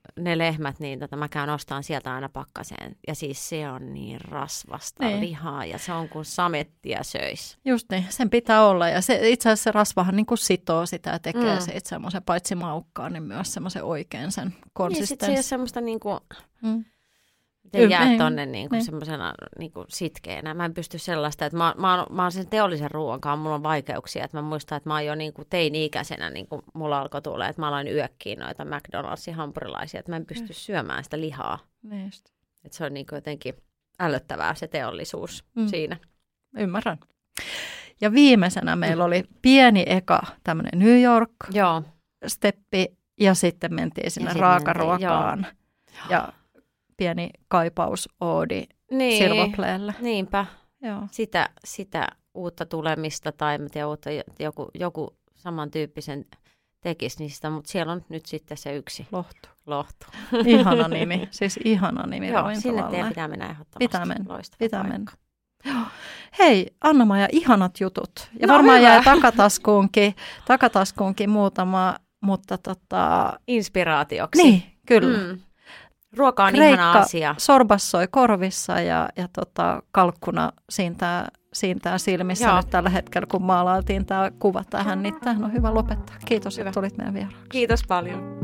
ne lehmät, niin mä käyn ostamaan sieltä aina pakkaseen. Ja siis se on niin rasvasta lihaa ja se on kuin samettia söis. Just niin, sen pitää olla. Ja se, itse asiassa se rasvahan niin kuin sitoo sitä ja tekee siitä semmoisen, paitsi maukkaa, niin myös semmoisen oikein sen konsistenssin. Ja sitten se ei ole semmoista niinku... jää tonne niinku semmoisena niinku sitkeänä. Mä en pysty sellaista, että mä oon sen teollisen ruoan kanssa, mulla on vaikeuksia. Että mä muistan, että mä oon jo niinku teini-ikäisenä, niinku mulla alkoi tulla, että mä aloin yökkiin noita McDonald'sin hampurilaisia, että mä en pysty syömään sitä lihaa. Että se on niinku jotenkin ällöttävää se teollisuus siinä. Ymmärrän. Ja viimeisenä meillä oli pieni eka tämmöinen New York-steppi ja sitten mentiin sinne raakaruokaan. Ja pieni kaipaus Oodi Silvopleelle. Niinpä. Joo. Sitä uutta tulemista tai mä tiedän, joku samantyyppisen tekisi niistä, mutta siellä on nyt sitten se yksi. Lohtu. Ihana nimi, siis ihana nimi. Joo, sinne teidän pitää mennä ehdottomasti. Pitää mennä. Hei, Anna-Maija, ihanat jutut. Ja varmaan jää takataskuunkin muutama, mutta inspiraatioksi. Niin, kyllä. Ruoka on ihana asia. Sorbassoi korvissa ja kalkkuna siintää silmissä nyt tällä hetkellä, kun maalailtiin tämä kuva tähän, niin tämähän on hyvä lopettaa. Kiitos, että tulit meidän vieraaksi. Kiitos paljon.